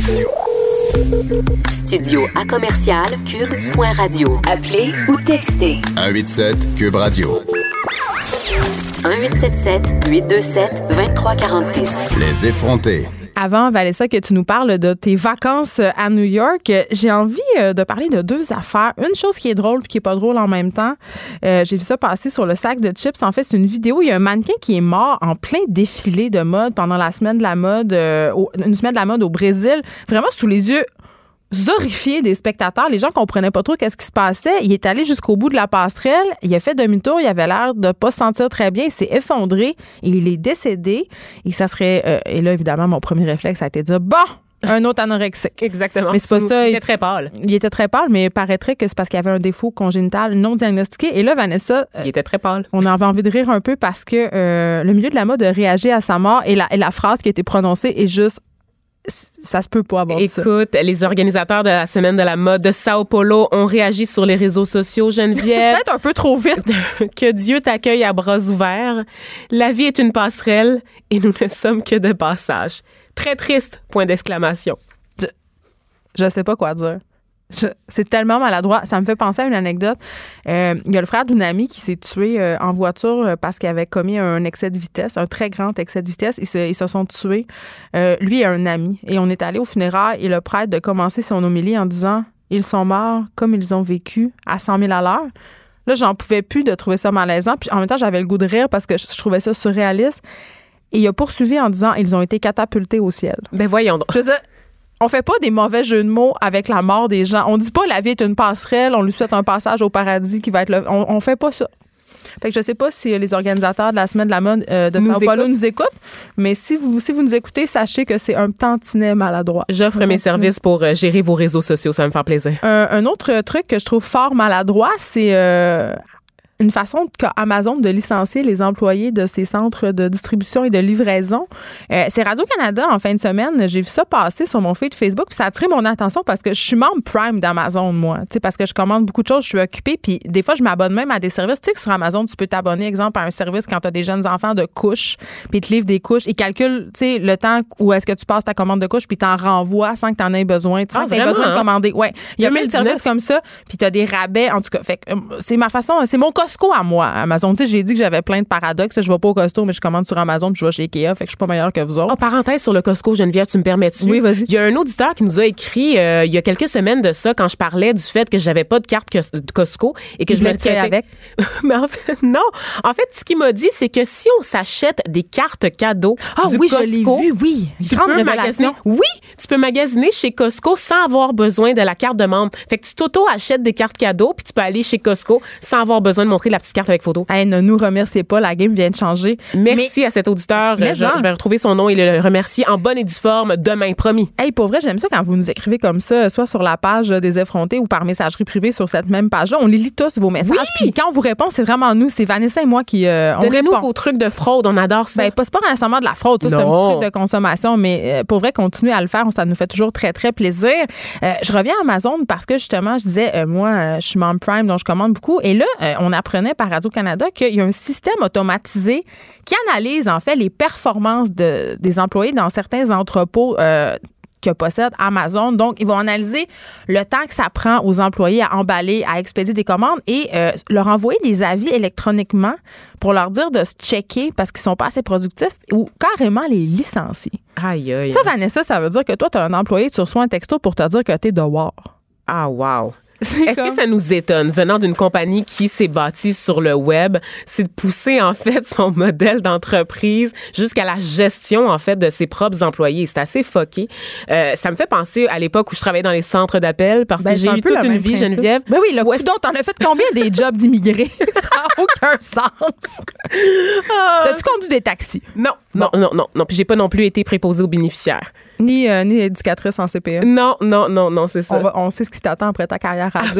Studio à commercial cube.radio. Appelez ou textez un huit sept Cube Radio. un huit sept sept huit deux sept deux trois quatre six. Les effrontés. Avant, Vanessa, que tu nous parles de tes vacances à New York, j'ai envie euh, de parler de deux affaires. Une chose qui est drôle et qui est pas drôle en même temps. Euh, j'ai vu ça passer sur le sac de chips. En fait, c'est une vidéo. Il y a un mannequin qui est mort en plein défilé de mode pendant la semaine de la mode, euh, au, une semaine de la mode au Brésil. Vraiment sous les yeux horrifiés des spectateurs. Les gens comprenaient pas trop qu'est-ce qui se passait. Il est allé jusqu'au bout de la passerelle. Il a fait demi-tour. Il avait l'air de pas se sentir très bien. Il s'est effondré et il est décédé. Et ça serait... euh, et là, évidemment, mon premier réflexe a été de dire, bon, un autre anorexique. Exactement. Mais c'est pas ça. Il Il- était très pâle. Il était très pâle, mais il paraîtrait que c'est parce qu'il y avait un défaut congénital non diagnostiqué. Et là, Vanessa, euh, Il était très pâle. on avait envie de rire un peu parce que euh, le milieu de la mode a réagi à sa mort et la, et la phrase qui a été prononcée est juste ça se peut pas avoir ça. Écoute, les organisateurs de la Semaine de la mode de Sao Paulo ont réagi sur les réseaux sociaux, Geneviève. Peut-être un peu trop vite. Que Dieu t'accueille à bras ouverts. La vie est une passerelle et nous ne sommes que de passage. Très triste, point d'exclamation. Je, je sais pas quoi dire. Je, c'est tellement maladroit. Ça me fait penser à une anecdote. Euh, il y a le frère d'une amie qui s'est tué euh, en voiture parce qu'il avait commis un excès de vitesse, un très grand excès de vitesse. Ils se, ils se sont tués, euh, lui et un ami. Et on est allé au funérailles et le prêtre de commencer son homélie en disant « Ils sont morts comme ils ont vécu à cent mille à l'heure ». Là, j'en pouvais plus de trouver ça malaisant. Puis en même temps, j'avais le goût de rire parce que je, je trouvais ça surréaliste. Et il a poursuivi en disant « Ils ont été catapultés au ciel ». Ben voyons donc. Je veux dire, on fait pas des mauvais jeux de mots avec la mort des gens. On dit pas la vie est une passerelle, on lui souhaite un passage au paradis qui va être le... On, on fait pas ça. Fait que je sais pas si les organisateurs de la Semaine de la mode euh, de Sao Paulo nous écoutent, mais si vous, si vous nous écoutez, sachez que c'est un tantinet maladroit. J'offre mes services pour euh, gérer vos réseaux sociaux, ça va me faire plaisir. Un, un autre truc que je trouve fort maladroit, c'est... Euh, une façon qu'a Amazon de licencier les employés de ses centres de distribution et de livraison. Euh, c'est Radio-Canada, en fin de semaine, j'ai vu ça passer sur mon feed Facebook, puis ça a attiré mon attention parce que je suis membre Prime d'Amazon, moi. Tu sais, parce que je commande beaucoup de choses, je suis occupée, puis des fois, je m'abonne même à des services. Tu sais que sur Amazon, tu peux t'abonner, exemple, à un service quand tu as des jeunes enfants de couches, puis ils te livrent des couches, ils calculent, tu sais, le temps où est-ce que tu passes ta commande de couches, puis t'en renvoies sans que t'en aies besoin, sans ah, que t'aies besoin de commander. Ouais. Il y a plein de deux mille dix-neuf services comme ça, puis t'as des rabais, en tout cas. Fait que c'est ma façon, c'est mon Costco à moi, Amazon. Tu sais, j'ai dit que j'avais plein de paradoxes. Je vais pas au Costco, mais je commande sur Amazon puis je vais chez Ikea. Fait que je suis pas meilleure que vous autres. Oh, parenthèse sur le Costco, Geneviève, tu me permets-tu? Oui, vas-y. Il y a un auditeur qui nous a écrit euh, il y a quelques semaines de ça quand je parlais du fait que j'avais pas de carte de Costco et que je je me le avec. mais en fait, non. En fait, ce qu'il m'a dit, c'est que si on s'achète des cartes cadeaux ah, du oui, Costco, je l'ai vu, oui. Tu peux magasiner. Oui, tu peux magasiner chez Costco sans avoir besoin de la carte de membre. Fait que tu t'auto-achètes des cartes cadeaux puis tu peux aller chez Costco sans avoir besoin de montrer la petite carte avec photo. Hey, ne nous remerciez pas, la game vient de changer. Merci mais, à cet auditeur. Je, je vais retrouver son nom et le remercier en bonne et due forme demain, promis. Hey, pour vrai, j'aime ça quand vous nous écrivez comme ça, soit sur la page des effrontés ou par messagerie privée sur cette même page-là. On les lit tous, vos messages. Oui! Puis quand on vous répond, c'est vraiment nous. C'est Vanessa et moi qui euh, on Donnez-nous répond. vos trucs de fraude, on adore ça. Ben, pas, c'est pas nécessairement de la fraude, ça, c'est un petit truc de consommation, mais euh, pour vrai, continuez à le faire. Ça nous fait toujours très, très plaisir. Euh, je reviens à Amazon parce que justement, je disais, euh, moi, euh, je suis membre Prime, donc je commande beaucoup. Et là, euh, on apprenait par Radio-Canada qu'il y a un système automatisé qui analyse en fait les performances de, des employés dans certains entrepôts euh, que possède Amazon. Donc, ils vont analyser le temps que ça prend aux employés à emballer, à expédier des commandes et euh, leur envoyer des avis électroniquement pour leur dire de se checker parce qu'ils sont pas assez productifs ou carrément les licencier. Aïe, aïe. Ça, Vanessa, ça veut dire que toi, tu as un employé, tu reçois un texto pour te dire que tu es dehors. Ah, wow. C'est Est-ce comme... que ça nous étonne, venant d'une compagnie qui s'est bâtie sur le web, c'est de pousser, en fait, son modèle d'entreprise jusqu'à la gestion, en fait, de ses propres employés. C'est assez fucké. Euh, ça me fait penser à l'époque où je travaillais dans les centres d'appel parce ben, que j'ai eu toute une vie, principe. Geneviève. Ben oui, le coup donc, t'en as fait combien des jobs d'immigrés? Ça n'a aucun sens. Ah. T'as-tu conduit des taxis? Non, non, non, non, non. Puis j'ai pas non plus été préposée aux bénéficiaires. Ni, euh, ni éducatrice en C P E. Non, non, non, non, c'est ça. On, va, on sait ce qui t'attend après ta carrière radio.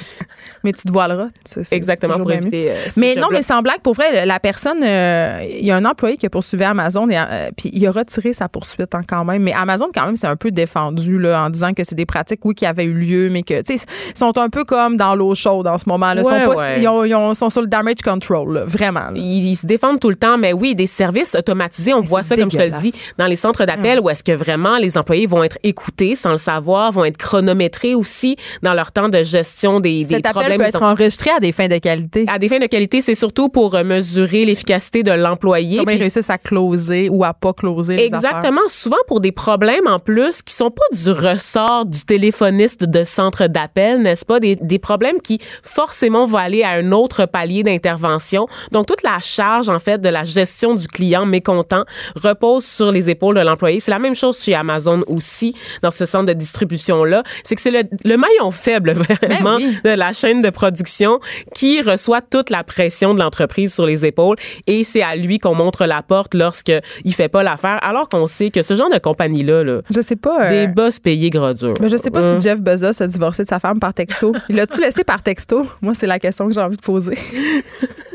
Mais tu te voileras. C'est, c'est, Exactement, c'est pour éviter. Euh, mais non, mais sans blague, pour vrai, la personne, il euh, y a un employé qui a poursuivi Amazon et euh, puis il a retiré sa poursuite hein, quand même. Mais Amazon, quand même, c'est un peu défendu là, en disant que c'est des pratiques, oui, qui avaient eu lieu, mais que, tu sais, ils sont un peu comme dans l'eau chaude en ce moment. Là. Ouais, sont pas, ouais. Ils, ont, ils ont, sont sur le damage control, là, vraiment. Là. Ils, ils se défendent tout le temps, mais oui, des services automatisés, on mais voit ça, dégueulasse. Comme je te le dis, dans les centres d'appel mmh. où est-ce que vraiment les employés vont être écoutés sans le savoir, vont être chronométrés aussi dans leur temps de gestion des, des Cet problèmes. Cet appel peut être enregistré à des fins de qualité. À des fins de qualité, c'est surtout pour mesurer l'efficacité de l'employé. Comment ils réussissent à closer ou à pas closer les Exactement. affaires. Souvent pour des problèmes en plus qui sont pas du ressort du téléphoniste de centre d'appel, n'est-ce pas? Des, des problèmes qui forcément vont aller à un autre palier d'intervention. Donc toute la charge en fait de la gestion du client mécontent repose sur les épaules de l'employé. C'est la même chose chez Amazon aussi dans ce centre de distribution-là. C'est que c'est le, le maillon faible vraiment ben oui. de la chaîne de production qui reçoit toute la pression de l'entreprise sur les épaules et c'est à lui qu'on montre la porte lorsqu'il fait pas l'affaire, alors qu'on sait que ce genre de compagnie-là, là, je sais pas, des euh... boss payés gras dur. Mais je sais pas hum. si Jeff Bezos a divorcé de sa femme par texto. L'as-tu laissé par texto? Moi, c'est la question que j'ai envie de poser.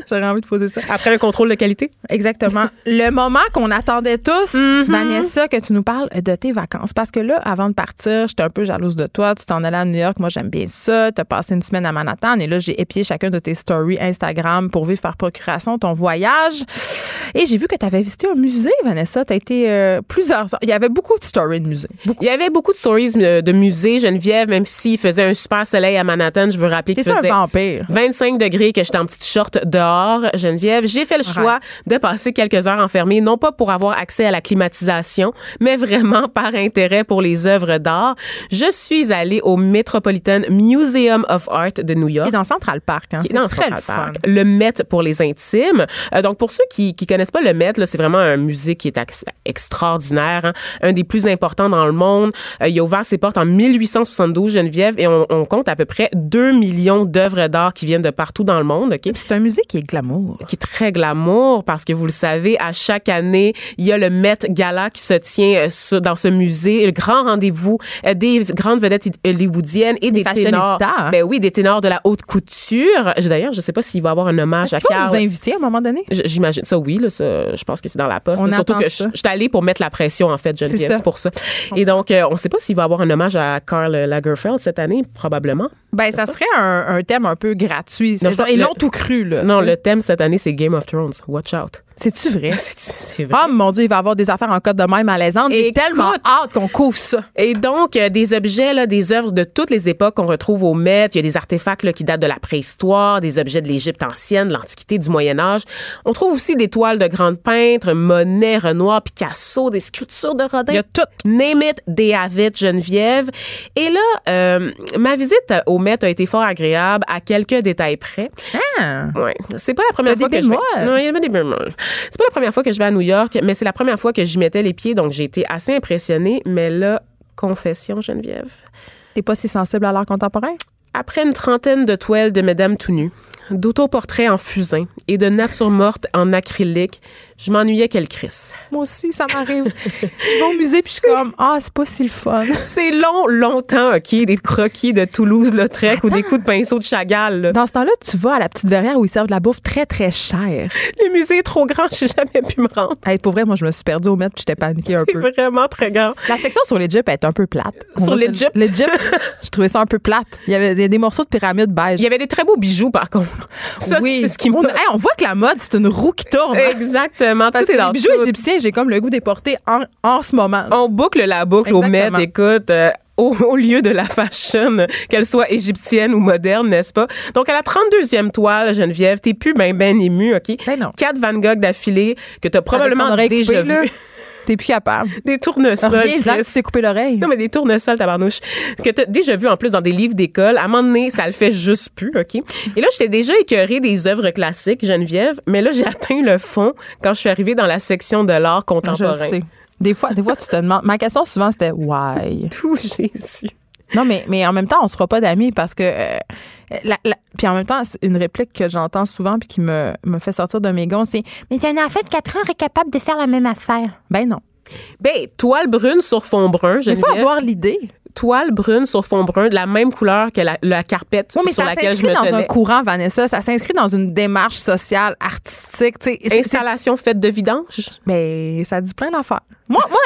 J'aurais envie de poser ça. Après un contrôle de qualité? Exactement. Le moment qu'on attendait tous, Mm-hmm. Vanessa, que tu nous parles de tes vacances. Parce que là, avant de partir, j'étais un peu jalouse de toi. Tu t'en allais à New York. Moi, j'aime bien ça. Tu as passé une semaine à Manhattan. Et là, j'ai épié chacun de tes stories Instagram pour vivre par procuration ton voyage. Et j'ai vu que tu avais visité un musée, Vanessa. Tu as été euh, plusieurs heures. Il y avait beaucoup de stories de musée. Beaucoup. Il y avait beaucoup de stories de musée, Geneviève, même s'il faisait un super soleil à Manhattan. Je veux rappeler qu'il T'es faisait un vampire. vingt-cinq degrés, que j'étais en petite short dehors, Geneviève. J'ai fait le choix Arrête. de passer quelques heures enfermée, non pas pour avoir accès à la climatisation, mais vraiment par intérêt pour les œuvres d'art. Je suis allée au Metropolitan Museum of Art de New York. Qui est dans Central Park. Hein? Qui est C'est dans très Central le fun. Park. Le Met pour les intimes. Euh, donc, pour ceux qui qui connaissent pas le Met, là, c'est vraiment un musée qui est ex- extraordinaire, hein, un des plus importants dans le monde. Euh, il a ouvert ses portes en mille huit cent soixante-douze, Geneviève, et on, on compte à peu près deux millions d'œuvres d'art qui viennent de partout dans le monde. OK? C'est un musée qui est glamour. Qui est très glamour, parce que vous le savez, à chaque année, il y a le Met Gala qui se tient euh, sur- dans ce musée, le grand rendez-vous euh, des grandes vedettes hollywoodiennes et des, Des ténors. fashionistas. Ben oui, des ténors de la haute couture. D'ailleurs, je sais pas s'il va y avoir un hommage Est-ce à qu'il faut Karl. vous inviter à un moment donné? J- J'imagine ça, oui. Là, ça, je pense que c'est dans la poste. On Mais surtout attend que ça. je je suis allée pour mettre la pression, en fait, Geneviève. C'est ça. C'est pour ça. Et donc, euh, on ne sait pas s'il va y avoir un hommage à Karl Lagerfeld cette année, probablement. Ben, ça serait un, un thème un peu gratuit. Non, C'est ça. je- Ils le- l'ont tout cru, là. Non, tu sais. le thème cette année, c'est Game of Thrones. Watch out. C'est-tu vrai? C'est c'est vrai. Oh mon Dieu, il va y avoir des affaires en code de même malaisantes. J'ai Écoute. tellement hâte qu'on couvre ça. Et donc, euh, des objets, là, des œuvres de toutes les époques qu'on retrouve au Met. Il y a des artefacts là, qui datent de la préhistoire, des objets de l'Égypte ancienne, de l'Antiquité, du Moyen Âge. On trouve aussi des toiles de grands peintres, Monet, Renoir, Picasso, des sculptures de Rodin. Il y a tout. Name it, they have it, Geneviève. Et là, euh, ma visite au Met a été fort agréable à quelques détails près. Ah. Ouais, c'est pas la première T'as fois des que je vais. bémols. Non, il y a des bémols. C'est pas la première fois que je vais à New York, mais c'est la première fois que j'y mettais les pieds, donc j'ai été assez impressionnée. Mais là, confession, Geneviève. T'es pas si sensible à l'art contemporain? Après une trentaine de toiles de mesdames tout nues, d'autoportraits en fusain et de natures mortes en acrylique, je m'ennuyais qu'elle crisse. Moi aussi, ça m'arrive. Je vais au musée puis je suis comme, ah, c'est pas si le fun. C'est long, longtemps, OK, des croquis de Toulouse-Lautrec ou des coups de pinceau de Chagall. Là. Dans ce temps-là, tu vas à la petite verrière où ils servent de la bouffe très, très chère. Le musée est trop grand, j'ai jamais pu me rendre. Hey, pour vrai, moi, je me suis perdue au mètre puis j'étais paniquée un C'est peu. vraiment très grand. La section sur l'Égypte est un peu plate. On Sur va se- l'Égypte? L'Égypte, je trouvais ça un peu plate. Il y avait des, des morceaux de pyramide beige. Il y avait des très beaux bijoux, par contre. Ça, oui. c'est ce qui on, m'a... hey, on voit que la mode, c'est une roue qui tourne. hein. Exactement. Parce Tout que est dans les bijoux tout. égyptiens, j'ai comme le goût des porter en, en ce moment. On boucle la boucle au Met, Exactement. écoute, euh, au, au lieu de la fashion, qu'elle soit égyptienne ou moderne, n'est-ce pas? Donc, à la trente-deuxième toile, Geneviève, t'es plus ben ben émue, OK? Ben non. Quatre Van Gogh d'affilée que t'as Avec son probablement oreille déjà coupée, là, vu. T'es plus capable. Des tournesols, Reviens, Zach, Chris. tu t'es coupé l'oreille. Non, mais des tournesols, tabarnouche, que t'as déjà vu en plus dans des livres d'école. À un moment donné, ça le fait juste plus, OK? Et là, j'étais déjà écœurée des œuvres classiques, Geneviève, mais là, j'ai atteint le fond quand je suis arrivée dans la section de l'art Je contemporain. le sais. Des fois, des fois, tu te demandes. Ma question souvent, c'était why? Tout Jésus. Non, mais, mais en même temps, on se fera pas d'amis parce que. euh, la- la- puis en même temps, c'est une réplique que j'entends souvent puis qui me, me fait sortir de mes gonds, c'est mais un enfant de quatre ans est capable de faire la même affaire. Ben non. Ben, toile brune sur fond brun, Il Geneviève. faut avoir l'idée. Toile brune sur fond brun, de la même couleur que la, la carpette Oui, mais sur ça laquelle je s'inscrit me dans tenais. un courant, Vanessa. Ça s'inscrit dans une démarche sociale, artistique. tu sais. C'est- c'est- Installation faite de vidange. Ben, ça dit plein d'affaires. Moi, moi,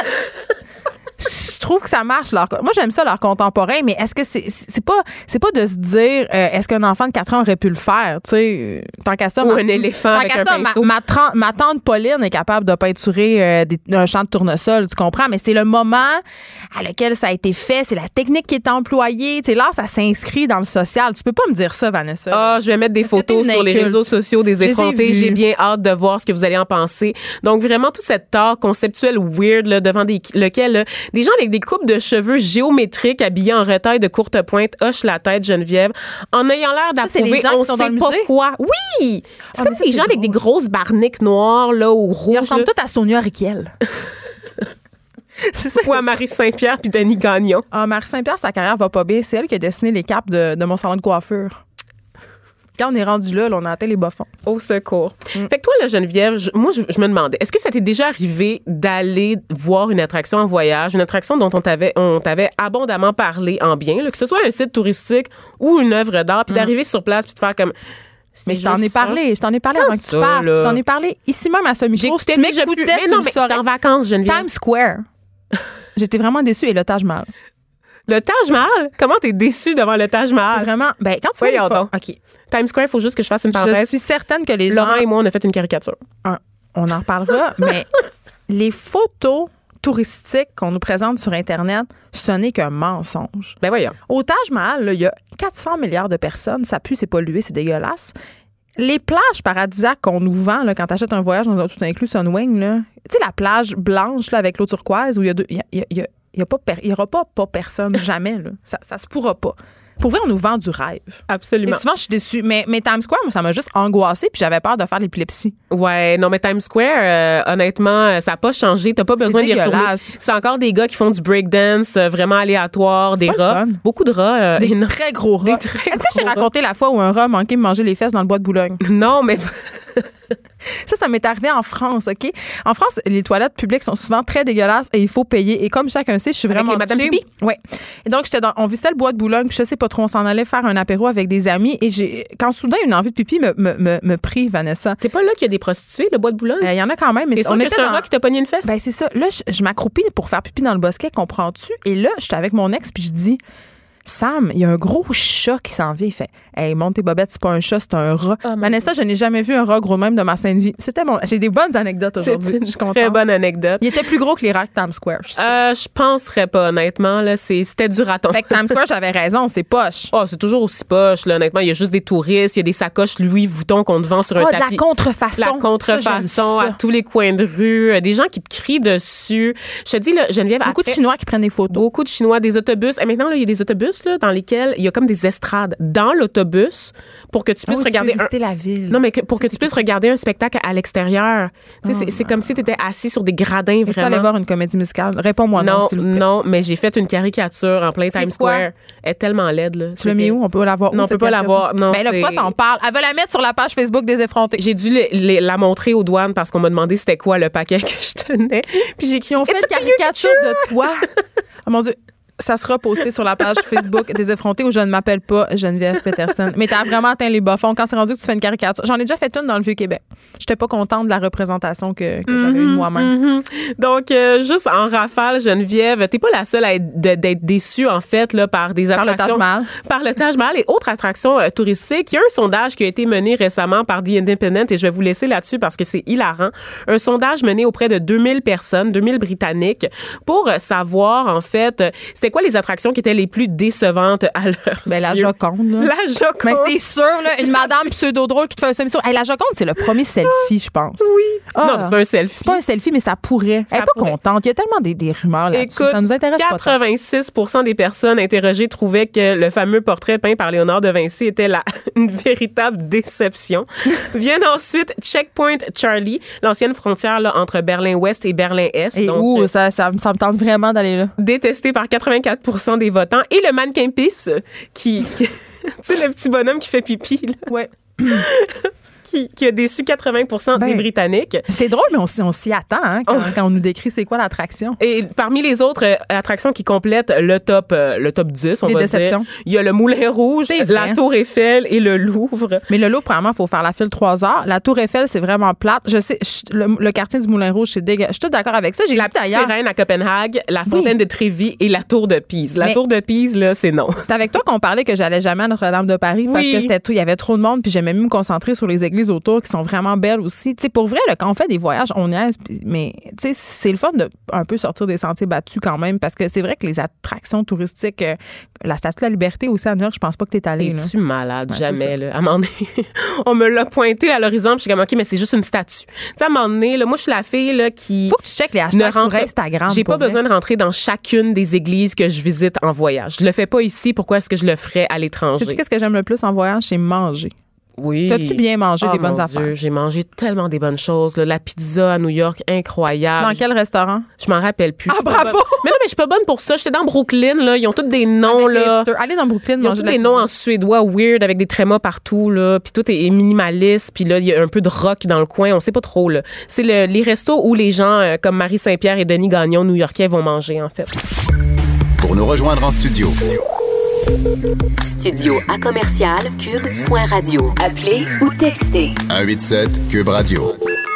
je trouve que ça marche. Leur, moi, j'aime ça, l'art contemporain, mais est-ce que c'est c'est pas c'est pas de se dire euh, est-ce qu'un enfant de quatre ans aurait pu le faire, tu sais, euh, tant qu'à ça. Ou ma- un éléphant tant avec qu'à un ça, ma- pinceau. Ma, tran- ma tante Pauline est capable de peinturer euh, des- un champ de tournesol, tu comprends, mais c'est le moment à lequel ça a été fait, c'est la technique qui est employée, tu sais, là, ça s'inscrit dans le social. Tu peux pas me dire ça, Vanessa. Ah, je vais mettre des Parce que photos t'es une sur les inculte. réseaux sociaux des Je les ai effrontés. vues. J'ai bien hâte de voir ce que vous allez en penser. Donc, vraiment, toute cette art conceptuelle weird, là, devant des, lequel, là, des gens avec des coupes de cheveux géométriques, habillés en retaille de courte pointe, hochent la tête, Geneviève, en ayant l'air Ça, c'est les d'approuver gens qui on sont sait dans le pas musée? quoi. Oui! C'est Ah, comme mais ça, des c'est gens avec des drôle. grosses barniques noires, là, ou Ils rouges. ressemblent là. tous à Sonia Riquel. C'est ça. Ou à Marie Saint-Pierre puis Denis Gagnon. Ah, Marie Saint-Pierre, sa carrière va pas bien. C'est elle qui a dessiné les capes de, de mon salon de coiffure. Quand on est rendu là, là, on a atteint les bas-fonds. Au secours. Mm. Fait que toi, là, Geneviève, je- moi, je, je me demandais, est-ce que ça t'est déjà arrivé d'aller voir une attraction en voyage, une attraction dont on t'avait, on t'avait abondamment parlé en bien, là, que ce soit un site touristique ou une œuvre d'art, puis d'arriver sur place puis de faire comme, Mais je t'en ai parlé, je t'en ai parlé Quand avant que ça, tu parles. là? Je t'en ai parlé ici même à ce micro. Si tu J'écoutais déjà plus. m'écoutais, Mais tu non, le mais saurais. j'étais en vacances, Geneviève. Times Square. J'étais vraiment déçue. Et le Taj Mahal. Le Taj Mahal? Comment t'es déçue devant le Taj C'est Mahal? vraiment... Ben, quand tu vois les Voyons photos- donc. OK. Times Square, il faut juste que je fasse une Je parenthèse. suis certaine que les gens... Laurent et moi, on a fait une caricature. Un, on en reparlera, mais les photos touristiques qu'on nous présente sur Internet, ce n'est qu'un mensonge. Ben voyons. Au Taj Mahal, là, il y a quatre cents milliards de personnes. Ça pue, c'est pollué, c'est dégueulasse. Les plages paradisiaques qu'on nous vend là, quand tu achètes un voyage dans un tout inclus Sunwing, là, tu sais, la plage blanche là, avec l'eau turquoise où il y a deux, il y a, il y a, il y a pas per- il y aura pas, pas personne jamais. Là. Ça, ça se pourra pas. Pour vrai, on nous vend du rêve. Absolument. Et souvent, je suis déçue. Mais, mais Times Square, moi, ça m'a juste angoissée puis j'avais peur de faire l'épilepsie. Ouais, non, mais Times Square, euh, honnêtement, ça n'a pas changé. T'as pas besoin d'y retourner. dégueulasse. C'est encore des gars qui font du breakdance euh, vraiment aléatoire, des pas le rats. fun. Beaucoup de rats. euh, Des énormes. très gros rats. Des très Est-ce que je t'ai gros rats. raconté la fois où un rat a manqué de manger les fesses dans le bois de Boulogne? Non, mais Ça, ça m'est arrivé en France, OK? En France, les toilettes publiques sont souvent très dégueulasses et il faut payer. Et comme chacun sait, je suis Avec vraiment les Madame cheap. Pipi? Oui. Et donc, j'étais dans, on visitait le bois de Boulogne, puis je sais pas trop, on s'en allait faire un apéro avec des amis. Et j'ai, quand soudain, une envie de pipi me, me, me, me prit, Vanessa. c'est pas là qu'il y a des prostituées, le bois de Boulogne. Il y en a quand même. Mais T'es sûr on que était c'est un dans- rat qui t'a pogné une fesse? Ben, c'est ça. Là, je, je m'accroupis pour faire pipi dans le bosquet, comprends-tu? Et là, j'étais avec mon ex, puis je dis, Sam, il y a un gros chat qui s'en vient. Il fait, hey, monte tes bobettes, c'est pas un chat, c'est un rat. Oh, Vanessa, je n'ai jamais vu un rat gros de même de ma sainte vie. C'était mon. J'ai des bonnes anecdotes aujourd'hui. c'est une Je suis contente. très bonne anecdote. Il était plus gros que les rats de Times Square. Je suis sûre. Euh, je penserais pas, honnêtement. Là, c'est, c'était du raton. Fait que Times Square, j'avais raison, c'est poche. Oh, c'est toujours aussi poche, là, honnêtement. Il y a juste des touristes, il y a des sacoches Louis Vuitton qu'on te vend sur un Oh, de tapis. la contrefaçon. La Ça, contrefaçon j'aime à ça. tous les coins de rue, euh, des gens qui te crient dessus. Je te dis, là, Geneviève, Beaucoup après, de Chinois qui prennent des photos. beaucoup de Chinois, des autobus. Et maintenant, là, il y a des autobus là, dans lesquels il y a comme des estrades dans l'autobus pour que tu puisses Oh, tu regarder peux un. visiter la ville. Non, mais que- pour Ça, que c'est tu puisses regarder un spectacle à l'extérieur. Tu sais, Oh, c'est, c'est comme si tu étais assis sur des gradins, Es-tu allé vraiment. voir une comédie musicale? Réponds-moi non, Non, s'il vous plaît. non, mais j'ai fait une caricature en plein C'est Times quoi? Square. Elle est tellement laide, là. Tu l'as mis où? On peut la voir où, Non, on peut cette pas la caricature? voir. Non, Ben là, c'est- pourquoi t'en parles? Elle va la mettre sur la page Facebook des effrontés. J'ai dû le- le- la montrer aux douanes parce qu'on m'a demandé c'était quoi le paquet que je tenais. Puis j'ai écrit, Ils ont fait It's une a cute caricature de toi. Oh mon Dieu. Ça sera posté sur la page Facebook des effrontés où je ne m'appelle pas Geneviève Peterson. Mais t'as vraiment atteint les bas-fonds quand c'est rendu que tu fais une caricature. J'en ai déjà fait une dans le Vieux-Québec. J'étais pas contente de la représentation que, que j'avais eue de moi-même. Mhm. Donc, euh, juste en rafale, Geneviève, t'es pas la seule à être, de- d'être déçue, en fait, là, par des Par le attractions. Taj Mahal. Par le Taj Mahal et autres attractions euh, touristiques. Il y a un sondage qui a été mené récemment par The Independent et je vais vous laisser là-dessus parce que c'est hilarant. Un sondage mené auprès de deux mille personnes, deux mille Britanniques, pour euh, savoir, en fait, euh, c'était quoi les attractions qui étaient les plus décevantes à leurs Ben, la yeux. Joconde, là. La Joconde. Mais c'est sûr, là, une madame pseudo-drôle qui te fait un semi-tour. Hey, la Joconde, c'est le premier selfie, je pense. Oui. Ah. Non, c'est pas un selfie. C'est pas un selfie, mais ça pourrait. Ça Elle est pas pourrait. contente. Il y a tellement des, des rumeurs là-dessus. Écoute, Ça nous intéresse pas tant. quatre-vingt-six pour cent des personnes interrogées trouvaient que le fameux portrait peint par Léonard de Vinci était la, une véritable déception. Viennent ensuite Checkpoint Charlie, l'ancienne frontière là, entre Berlin-Ouest et Berlin-Est. Et donc, ouh, euh, ça, ça, ça me tente vraiment d'aller là. détesté par quatre-vingt-quatre pour cent des votants. Et le mannequin pisse, qui... qui tu sais, le petit bonhomme qui fait pipi, là, Ouais. qui, qui a déçu quatre-vingts pour cent Ben, des Britanniques. C'est drôle, mais on, s'y- on s'y attend hein, quand, Oh. quand on nous décrit c'est quoi l'attraction. Et parmi les autres euh, attractions qui complètent le top, euh, le top dix, on Les va déceptions. dire, il y a le Moulin Rouge, C'est vrai. la Tour Eiffel et le Louvre. Mais le Louvre, premièrement, il faut faire la file trois heures. La Tour Eiffel, c'est vraiment plate. Je sais, je- le, le quartier du Moulin Rouge, c'est dégueu. Je suis toute d'accord avec ça. J'ai La dit petite d'ailleurs. sirène à Copenhague, la fontaine de Trévis et la Tour de Pise. La Mais- Tour de Pise, là, c'est non. C'est avec toi qu'on parlait que j'allais jamais à Notre-Dame de Paris parce Oui. que c'était tout, il y avait trop de monde, puis j'aimais mieux me concentrer sur les églises autour qui sont vraiment belles aussi. Tu sais, pour vrai, là, quand on fait des voyages, on niaise, puis- mais tu sais, c'est le fun de un peu sortir des sentiers battus quand même parce que c'est vrai que les attractions touristiques, euh, la Statue de la Liberté aussi à New York, je pense pas que t'es allé. là. Es-tu malade? Ouais, c'est Jamais, là. À un moment donné, on me l'a pointé à l'horizon, puis je suis comme, OK, mais c'est juste une statue. Tu sais, à un moment donné, là, moi, je suis la fille, là, qui. Faut que tu checkes les ne hashtags rentre- sur Instagram. J'ai pour pas vrai. besoin de rentrer dans chacune des églises que je visite en voyage. Je le fais pas ici. Pourquoi est-ce que je le ferais à l'étranger? Sais-tu qu'est-ce que j'aime le plus en voyage? C'est manger. Oui. T'as-tu bien mangé Oh, des bonnes mon affaires? Dieu, j'ai mangé tellement des bonnes choses. là. La pizza à New York, incroyable. Dans quel restaurant? Je m'en rappelle plus. Ah, Je suis pas bravo! bonne. Mais non, mais je suis pas bonne pour ça. J'étais dans Brooklyn, là. Ils ont tous des noms, Avec les là. hipsters. Allez dans Brooklyn, Ils ont manger tous de la des noms pizza. en suédois weird avec des trémas partout, là. Puis tout est minimaliste. Puis là, il y a un peu de rock dans le coin. On sait pas trop, là. C'est le- les restos où les gens euh, comme Marie Saint-Pierre et Denis Gagnon, new-yorkais, vont manger, en fait. Pour nous rejoindre en studio, Studio à commercial cube point radio. Appelez ou textez. un huit sept Cube Radio.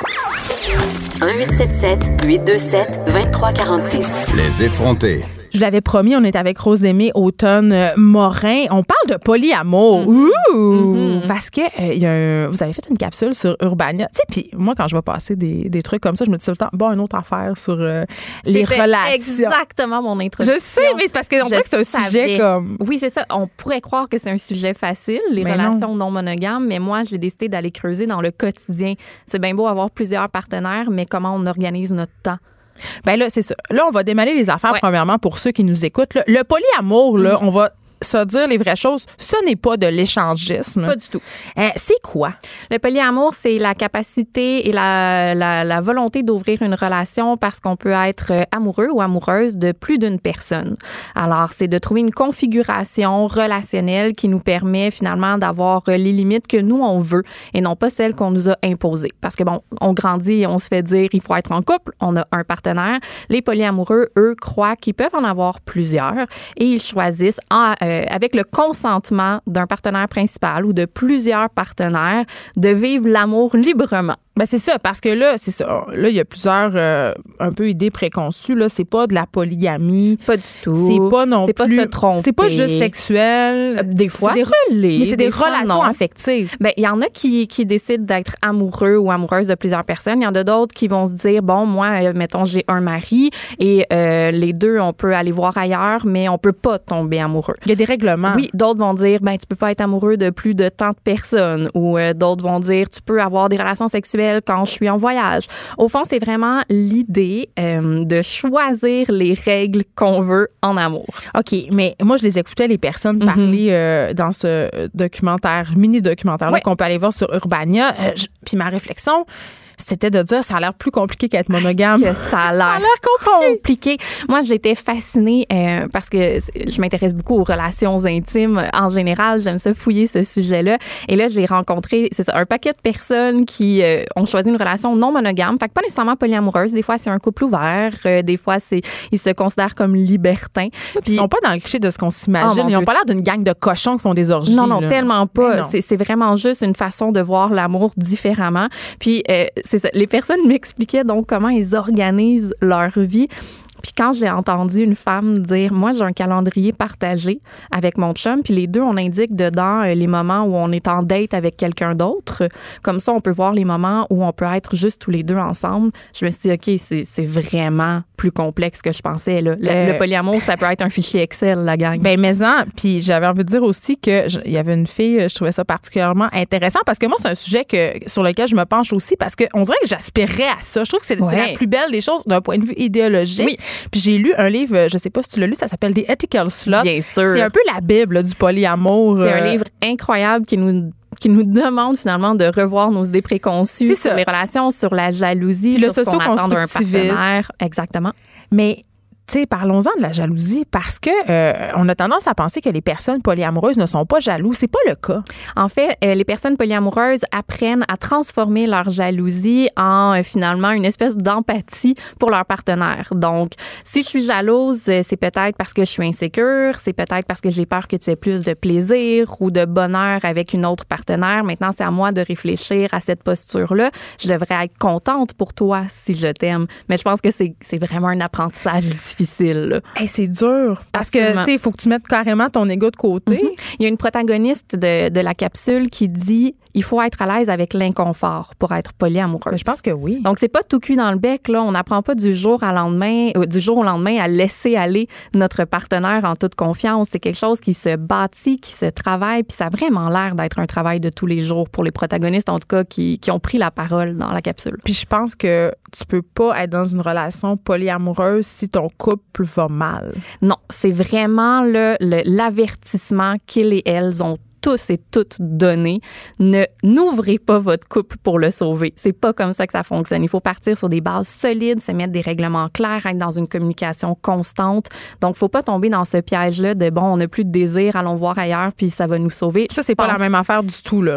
un huit sept sept huit deux sept deux trois quatre six. Les effrontés. Je l'avais promis, on est avec Rosemée Automne-Morin. On parle de polyamour. Ouh! Mm-hmm. Parce que euh, y a un, vous avez fait une capsule sur Urbania. Tu sais, puis moi, quand je vais passer des, des trucs comme ça, je me dis tout le temps, bon, une autre affaire sur euh, les C'était relations. exactement mon introduction. Je sais, mais c'est parce qu'on dirait que c'est un savais. sujet comme... Oui, c'est ça. On pourrait croire que c'est un sujet facile, les Mais relations non. non monogames, mais moi, j'ai décidé d'aller creuser dans le quotidien. C'est bien beau avoir plusieurs partenaires, mais comment on organise notre temps? Ben là, c'est ça. Là, on va démêler les affaires, ouais. premièrement, pour ceux qui nous écoutent. Là, le polyamour, là, mm. on va se dire les vraies choses. Ce n'est pas de l'échangisme. Pas du tout. Euh, c'est quoi? Le polyamour, c'est la capacité et la, la, la volonté d'ouvrir une relation parce qu'on peut être amoureux ou amoureuse de plus d'une personne. Alors, c'est de trouver une configuration relationnelle qui nous permet finalement d'avoir les limites que nous, on veut et non pas celles qu'on nous a imposées. Parce que, bon, on grandit et on se fait dire il faut être en couple, on a un partenaire. Les polyamoureux, eux, croient qu'ils peuvent en avoir plusieurs et ils choisissent en Euh, avec le consentement d'un partenaire principal ou de plusieurs partenaires, de vivre l'amour librement. Ben c'est ça, parce que là, c'est ça. Là, il y a plusieurs euh, un peu idées préconçues. Là, c'est pas de la polygamie. Pas du tout. C'est pas non c'est plus. Pas se tromper. C'est pas juste sexuel. Euh, des fois, c'est des, les, mais c'est des, des relations non. affectives. Ben il y en a qui qui décident d'être amoureux ou amoureuses de plusieurs personnes. Il y en a d'autres qui vont se dire bon, moi, mettons, j'ai un mari et euh, les deux, on peut aller voir ailleurs, mais on peut pas tomber amoureux. Il y a des règlements. Oui, d'autres vont dire ben tu peux pas être amoureux de plus de tant de personnes ou euh, d'autres vont dire tu peux avoir des relations sexuelles quand je suis en voyage. Au fond, c'est vraiment l'idée euh, de choisir les règles qu'on veut en amour. OK, mais moi, je les écoutais, les personnes mm-hmm. parler euh, dans ce documentaire, mini-documentaire-là ouais. qu'on peut aller voir sur Urbania. Euh, je, puis ma réflexion, c'était de dire ça a l'air plus compliqué qu'être monogame. Que ça a l'air, ça a l'air compliqué. compliqué. Moi, j'étais fascinée euh, parce que je m'intéresse beaucoup aux relations intimes en général. J'aime ça fouiller ce sujet-là. Et là, j'ai rencontré, c'est ça, un paquet de personnes qui euh, ont choisi une relation non monogame. Fait que pas nécessairement polyamoureuse. Des fois, c'est un couple ouvert. Euh, des fois, c'est ils se considèrent comme libertins. Puis ils sont pas dans le cliché de ce qu'on s'imagine. Oh, ils ont pas l'air d'une gang de cochons qui font des orgies. Non, non, là. tellement pas. Non. C'est, c'est vraiment juste une façon de voir l'amour différemment. Puis euh, c'est ça. Les personnes m'expliquaient donc comment ils organisent leur vie. Puis quand j'ai entendu une femme dire « Moi, j'ai un calendrier partagé avec mon chum, puis les deux, on indique dedans euh, les moments où on est en date avec quelqu'un d'autre. Comme ça, on peut voir les moments où on peut être juste tous les deux ensemble. » Je me suis dit « OK, c'est, c'est vraiment plus complexe que je pensais. Là. Le, euh, le polyamour, ça peut être un fichier Excel, la gang. » Ben mais en, puis j'avais envie de dire aussi que il y avait une fille, je trouvais ça particulièrement intéressant parce que moi, c'est un sujet que sur lequel je me penche aussi parce qu'on dirait que j'aspirais à ça. Je trouve que c'est, ouais. c'est la plus belle des choses d'un point de vue idéologique. Oui. Puis j'ai lu un livre, je sais pas si tu l'as lu, ça s'appelle The Ethical Slut. Bien sûr. C'est un peu la Bible là, du polyamour. C'est un livre incroyable qui nous qui nous demande finalement de revoir nos idées préconçues sur les relations, sur la jalousie, le sur ce qu'on attend d'un partenaire. Exactement. Mais tu sais, parlons-en de la jalousie parce que euh, on a tendance à penser que les personnes polyamoureuses ne sont pas jalouses. C'est pas le cas. En fait, euh, les personnes polyamoureuses apprennent à transformer leur jalousie en euh, finalement une espèce d'empathie pour leur partenaire. Donc, si je suis jalouse, c'est peut-être parce que je suis insécure, c'est peut-être parce que j'ai peur que tu aies plus de plaisir ou de bonheur avec une autre partenaire. Maintenant, c'est à moi de réfléchir à cette posture-là. Je devrais être contente pour toi si je t'aime. Mais je pense que c'est, c'est vraiment un apprentissage difficile. difficile. Hey, c'est dur. Parce Absolument. que, tu sais, il faut que tu mettes carrément ton ego de côté. Mm-hmm. Il y a une protagoniste de, de la capsule qui dit il faut être à l'aise avec l'inconfort pour être polyamoureuse. Je pense que oui. Donc, c'est pas tout cuit dans le bec, là. On n'apprend pas du jour au lendemain, euh, du jour au lendemain à laisser aller notre partenaire en toute confiance. C'est quelque chose qui se bâtit, qui se travaille, puis ça a vraiment l'air d'être un travail de tous les jours pour les protagonistes, en tout cas, qui, qui ont pris la parole dans la capsule. Puis je pense que tu peux pas être dans une relation polyamoureuse si ton couple va mal. Non, c'est vraiment le, le, l'avertissement qu'ils et elles ont tous et toutes donné. Ne, n'ouvrez pas votre couple pour le sauver. C'est pas comme ça que ça fonctionne. Il faut partir sur des bases solides, se mettre des règlements clairs, être dans une communication constante. Donc, faut pas tomber dans ce piège-là de bon, on n'a plus de désir, allons voir ailleurs, puis ça va nous sauver. Ça, c'est pas la même affaire du tout, là. Non.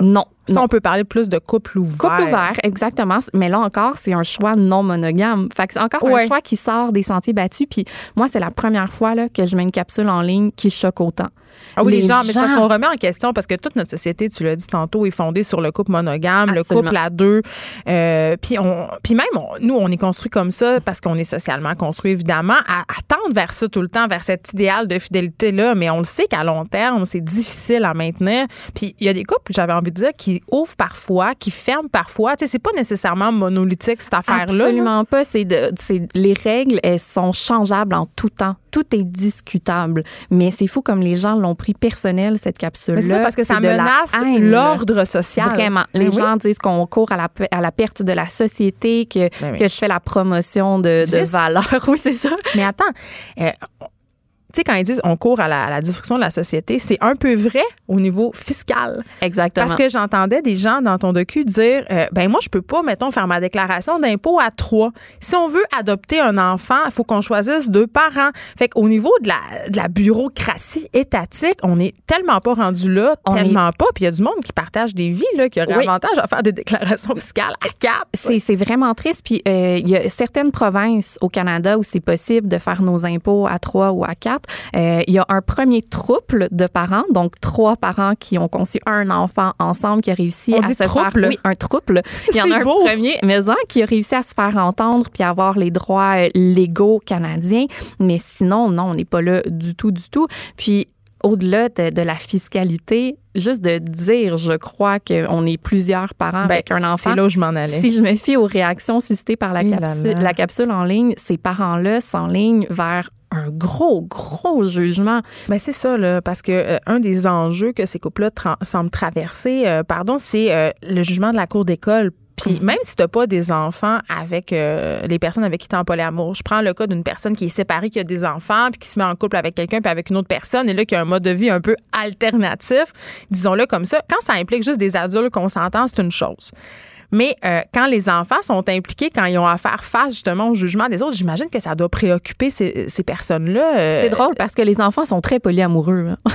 Ça, on peut parler plus de couple ouvert. Couple ouvert, exactement. Mais là encore, c'est un choix non monogame. Fait que c'est encore ouais. un choix qui sort des sentiers battus. Puis moi, c'est la première fois là, que je mets une capsule en ligne qui choque autant. Ah oui, les, les gens, gens, mais c'est parce qu'on remet en question, parce que toute notre société, tu l'as dit tantôt, est fondée sur le couple monogame, Absolument. le couple à deux. Euh, puis, on, puis même, on, nous, on est construit comme ça parce qu'on est socialement construit, évidemment, à, à tendre vers ça tout le temps, vers cet idéal de fidélité-là. Mais on le sait qu'à long terme, c'est difficile à maintenir. Puis il y a des couples, j'avais envie de dire, qui ouvrent parfois, qui ferment parfois. Tu sais, c'est pas nécessairement monolithique, cette affaire-là. Absolument pas. C'est de, c'est, les règles, elles sont changeables en tout temps. Tout est discutable. Mais c'est fou comme les gens l'ont pris personnel, cette capsule-là. Mais c'est ça, parce que ça menace l'ordre social. Vraiment. Les Mais gens oui. disent qu'on court à la, à la perte de la société, que, oui. que je fais la promotion de, de valeurs. Oui, c'est ça. Mais attends, euh, tu sais, quand ils disent on court à la, à la destruction de la société, c'est un peu vrai au niveau fiscal. Exactement. Parce que j'entendais des gens dans ton docu dire euh, ben moi, je peux pas, mettons, faire ma déclaration d'impôt à trois. Si on veut adopter un enfant, il faut qu'on choisisse deux parents. Fait qu'au niveau de la, de la bureaucratie étatique, on est tellement pas rendu là, on tellement est... pas. Puis il y a du monde qui partage des vies, là, qui aurait oui. avantage à faire des déclarations fiscales à quatre. C'est, c'est vraiment triste. Puis il euh, y a certaines provinces au Canada où c'est possible de faire nos impôts à trois ou à quatre. Il euh, y a un premier trouble de parents, donc trois parents qui ont conçu un enfant ensemble, qui a réussi On à dit se trouble. faire... Oui, un trouble. Il y en a un beau. premier maison qui a réussi à se faire entendre puis avoir les droits légaux canadiens. Mais sinon, non, on n'est pas là du tout, du tout. Puis, au-delà de, de la fiscalité, juste de dire, je crois qu'on est plusieurs parents ben, avec un enfant. C'est là où je m'en allais. Si je me fie aux réactions suscitées par la, oui, capsule, là là. la capsule en ligne, ces parents-là s'enlignent vers un gros, gros jugement. Ben c'est ça, là, parce que euh, un des enjeux que ces couples-là tra- semblent traverser, euh, pardon, c'est euh, le jugement de la cour d'école. Puis même si tu n'as pas des enfants avec euh, les personnes avec qui tu es en polyamour, je prends le cas d'une personne qui est séparée, qui a des enfants, puis qui se met en couple avec quelqu'un, puis avec une autre personne, et là, qui a un mode de vie un peu alternatif, disons-le comme ça. Quand ça implique juste des adultes consentants, c'est une chose. Mais euh, quand les enfants sont impliqués, quand ils ont à faire face justement au jugement des autres, j'imagine que ça doit préoccuper ces, ces personnes-là. Euh... C'est drôle parce que les enfants sont très polyamoureux. Hein.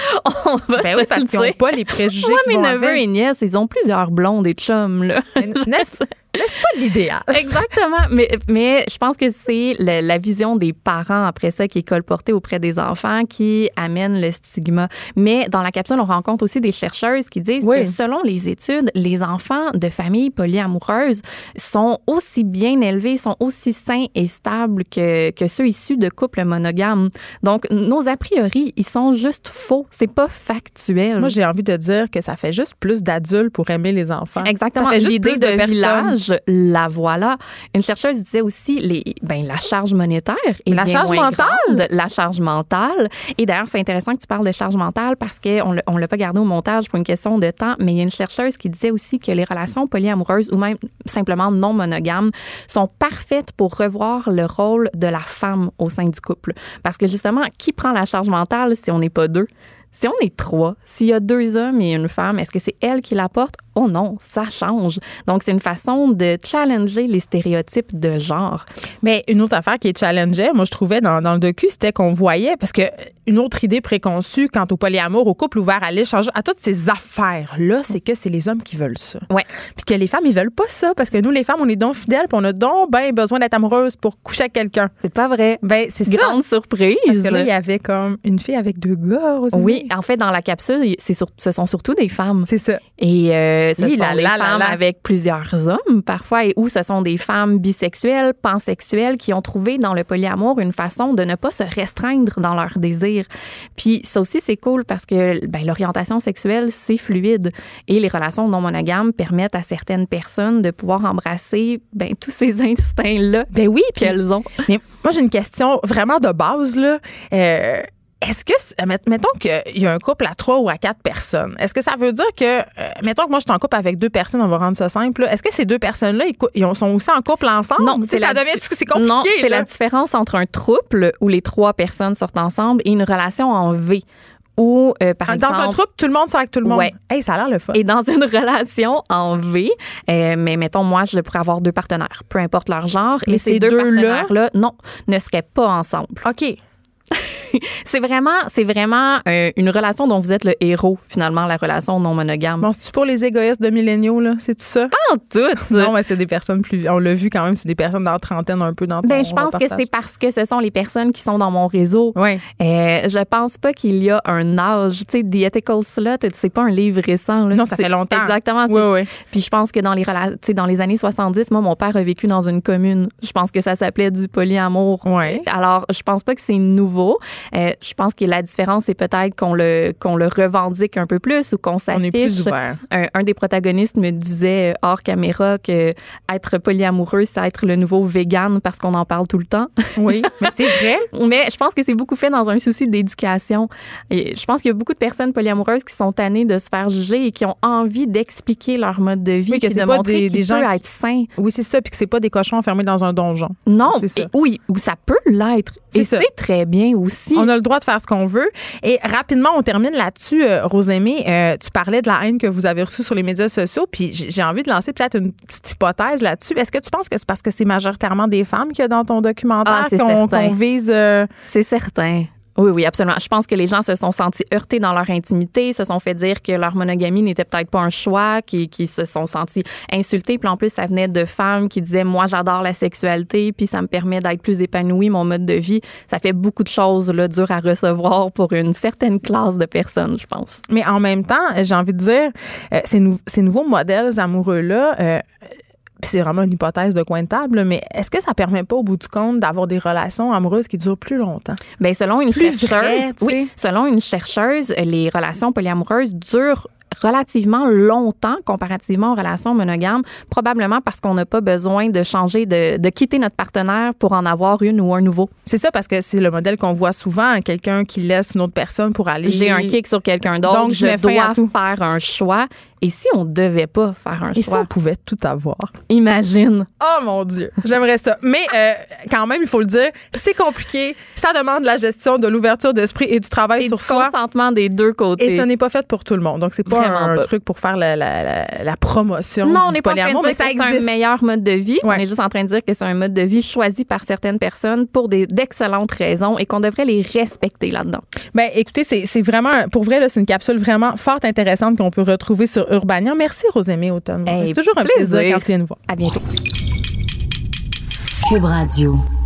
On va ben oui, parce qu'ils n'ont pas les préjugés. Moi, qui mes vont neveux avec. et nièces, ils ont plusieurs blondes et chums. Là. N'est-ce, n'est-ce pas l'idéal? Exactement. Mais, mais je pense que c'est le, la vision des parents après ça qui est colportée auprès des enfants qui amène le stigma. Mais dans la capsule, on rencontre aussi des chercheuses qui disent oui. que selon les études, les enfants de familles polyamoureuses sont aussi bien élevés, sont aussi sains et stables que, que ceux issus de couples monogames. Donc, nos a priori, ils sont juste faux. C'est pas factuel. Moi, j'ai envie de dire que ça fait juste plus d'adultes pour aimer les enfants. Exactement. Ça fait juste L'idée plus de, de village, la voilà. Une chercheuse disait aussi les, ben, la charge monétaire est la bien charge moins mentale. grande. La charge mentale. Et d'ailleurs, c'est intéressant que tu parles de charge mentale parce qu'on ne l'a pas gardé au montage pour une question de temps, mais il y a une chercheuse qui disait aussi que les relations polyamoureuses ou même simplement non monogames sont parfaites pour revoir le rôle de la femme au sein du couple. Parce que justement, qui prend la charge mentale si on n'est pas deux? Si on est trois, s'il y a deux hommes et une femme, est-ce que c'est elle qui la porte? Oh non, ça change. Donc, c'est une façon de challenger les stéréotypes de genre. Mais une autre affaire qui est challengeait, moi, je trouvais dans, dans le docu, c'était qu'on voyait, parce que une autre idée préconçue quant au polyamour, au couple ouvert à l'échange, à toutes ces affaires-là, c'est que c'est les hommes qui veulent ça. Ouais. Puis que les femmes, ils veulent pas ça, parce que nous, les femmes, on est donc fidèles, puis on a donc ben besoin d'être amoureuses pour coucher avec quelqu'un. C'est pas vrai. Ben, c'est ça. Grande surprise. Parce que là, il y avait comme une fille avec deux gars. Aussi. Oui, en fait, dans la capsule, c'est sur, ce sont surtout des femmes. C'est ça. Et euh, ce oui, sont là, des là, femmes là, là. avec plusieurs hommes, parfois, et où ce sont des femmes bisexuelles, pansexuelles, qui ont trouvé dans le polyamour une façon de ne pas se restreindre dans leurs désirs. Puis ça aussi, c'est cool parce que ben, l'orientation sexuelle, c'est fluide. Et les relations non monogames permettent à certaines personnes de pouvoir embrasser ben, tous ces instincts-là ben oui, qu'elles ont. Mais moi, j'ai une question vraiment de base, là. Euh, Est-ce que, mettons qu'il y a un couple à trois ou à quatre personnes, est-ce que ça veut dire que, euh, mettons que moi, je suis en couple avec deux personnes, on va rendre ça simple, là, est-ce que ces deux personnes-là, ils, ils sont aussi en couple ensemble? Non, c'est ça la, devient, c'est compliqué. Non, c'est là. la différence entre un trouble où les trois personnes sortent ensemble et une relation en V. Ou, euh, par dans exemple, un trouble, tout le monde sort avec tout le monde. Ouais. Hey, ça a l'air le fun. Et dans une relation en V, euh, mais mettons, moi, je pourrais avoir deux partenaires, peu importe leur genre. Mais et ces ces deux deux-là- partenaires-là, non, ne seraient pas ensemble. OK. c'est vraiment, c'est vraiment euh, une relation dont vous êtes le héros, finalement, la relation non monogame. Bon, c'est-tu pour les égoïstes de milléniaux, là? C'est-tout ça? Pas en tout. Non, mais c'est des personnes plus... On l'a vu quand même, c'est des personnes dans la trentaine, un peu dans ton Ben, je pense reportage. que c'est parce que ce sont les personnes qui sont dans mon réseau. Oui. Euh, je pense pas qu'il y a un âge. Tu sais, The Ethical Slut, c'est pas un livre récent. Là. Non, ça C'est fait longtemps. Exactement. Oui, oui. Puis je pense que dans les, rela- tu sais, dans les années soixante-dix, moi, mon père a vécu dans une commune. Je pense que ça s'appelait du polyamour. Ouais. Alors, je pense pas que c'est nouveau. Euh, je pense que la différence, c'est peut-être qu'on le, qu'on le revendique un peu plus ou qu'on s'affiche. On est plus ouvert. Un, un des protagonistes me disait euh, hors caméra que être polyamoureux, c'est être le nouveau vegan parce qu'on en parle tout le temps. Oui, mais c'est vrai. Mais je pense que c'est beaucoup fait dans un souci d'éducation. Et je pense qu'il y a beaucoup de personnes polyamoureuses qui sont tannées de se faire juger et qui ont envie d'expliquer leur mode de vie, Oui, que puis c'est de pas montrer des- qu'il des gens peut être sain. Oui, c'est ça, puis que c'est pas des cochons enfermés dans un donjon. Non, c'est ça. et oui, ou ça peut l'être. C'est Et ça. c'est très bien aussi. On a le droit de faire ce qu'on veut. Et rapidement, on termine là-dessus. Euh, Rosémie, euh, tu parlais de la haine que vous avez reçue sur les médias sociaux, puis j'ai j'ai envie de lancer peut-être une petite hypothèse là-dessus. Est-ce que tu penses que c'est parce que c'est majoritairement des femmes qu'il y a dans ton documentaire Ah, c'est qu'on certain. qu'on vise... euh, C'est certain. Oui, oui, absolument. Je pense que les gens se sont sentis heurtés dans leur intimité, se sont fait dire que leur monogamie n'était peut-être pas un choix, qui, qui se sont sentis insultés. Puis en plus, ça venait de femmes qui disaient « Moi, j'adore la sexualité, puis ça me permet d'être plus épanouie, mon mode de vie. » Ça fait beaucoup de choses là, dures à recevoir pour une certaine classe de personnes, je pense. Mais en même temps, j'ai envie de dire, euh, ces, nou- ces nouveaux modèles amoureux-là... euh, puis c'est vraiment une hypothèse de coin de table, mais est-ce que ça permet pas, au bout du compte, d'avoir des relations amoureuses qui durent plus longtemps? Bien, selon une Plus chercheuse, vrai, tu sais. oui, selon une chercheuse, les relations polyamoureuses durent relativement longtemps comparativement aux relations monogames, probablement parce qu'on n'a pas besoin de changer, de, de quitter notre partenaire pour en avoir une ou un nouveau. C'est ça, parce que c'est le modèle qu'on voit souvent, quelqu'un qui laisse une autre personne pour aller... J'ai un kick sur quelqu'un d'autre, Donc, je mets je fin à dois tout. faire un choix. Et si on devait pas faire un Et si choix? on pouvait tout avoir? Imagine. Oh mon Dieu, j'aimerais ça. Mais euh, quand même, il faut le dire, c'est compliqué. Ça demande la gestion de l'ouverture d'esprit et du travail Et sur du soi. consentement des deux côtés. Et ça n'est pas fait pour tout le monde. Donc, c'est pas Vraiment un pas. truc pour faire la, la, la, la promotion Non, on du n'est pas en train de polyamour, dire mais ça que c'est un existe. meilleur mode de vie. Ouais. On est juste en train de dire que c'est un mode de vie choisi par certaines personnes pour des, d'excellentes raisons et qu'on devrait les respecter là-dedans. Ben, écoutez, c'est, c'est vraiment, pour vrai, là, c'est une capsule vraiment fort intéressante qu'on peut retrouver sur Urbania. Merci, Rosémie Automne. Hey, c'est toujours un plaisir. plaisir quand tu viens nous voir. À bientôt. Cube Radio.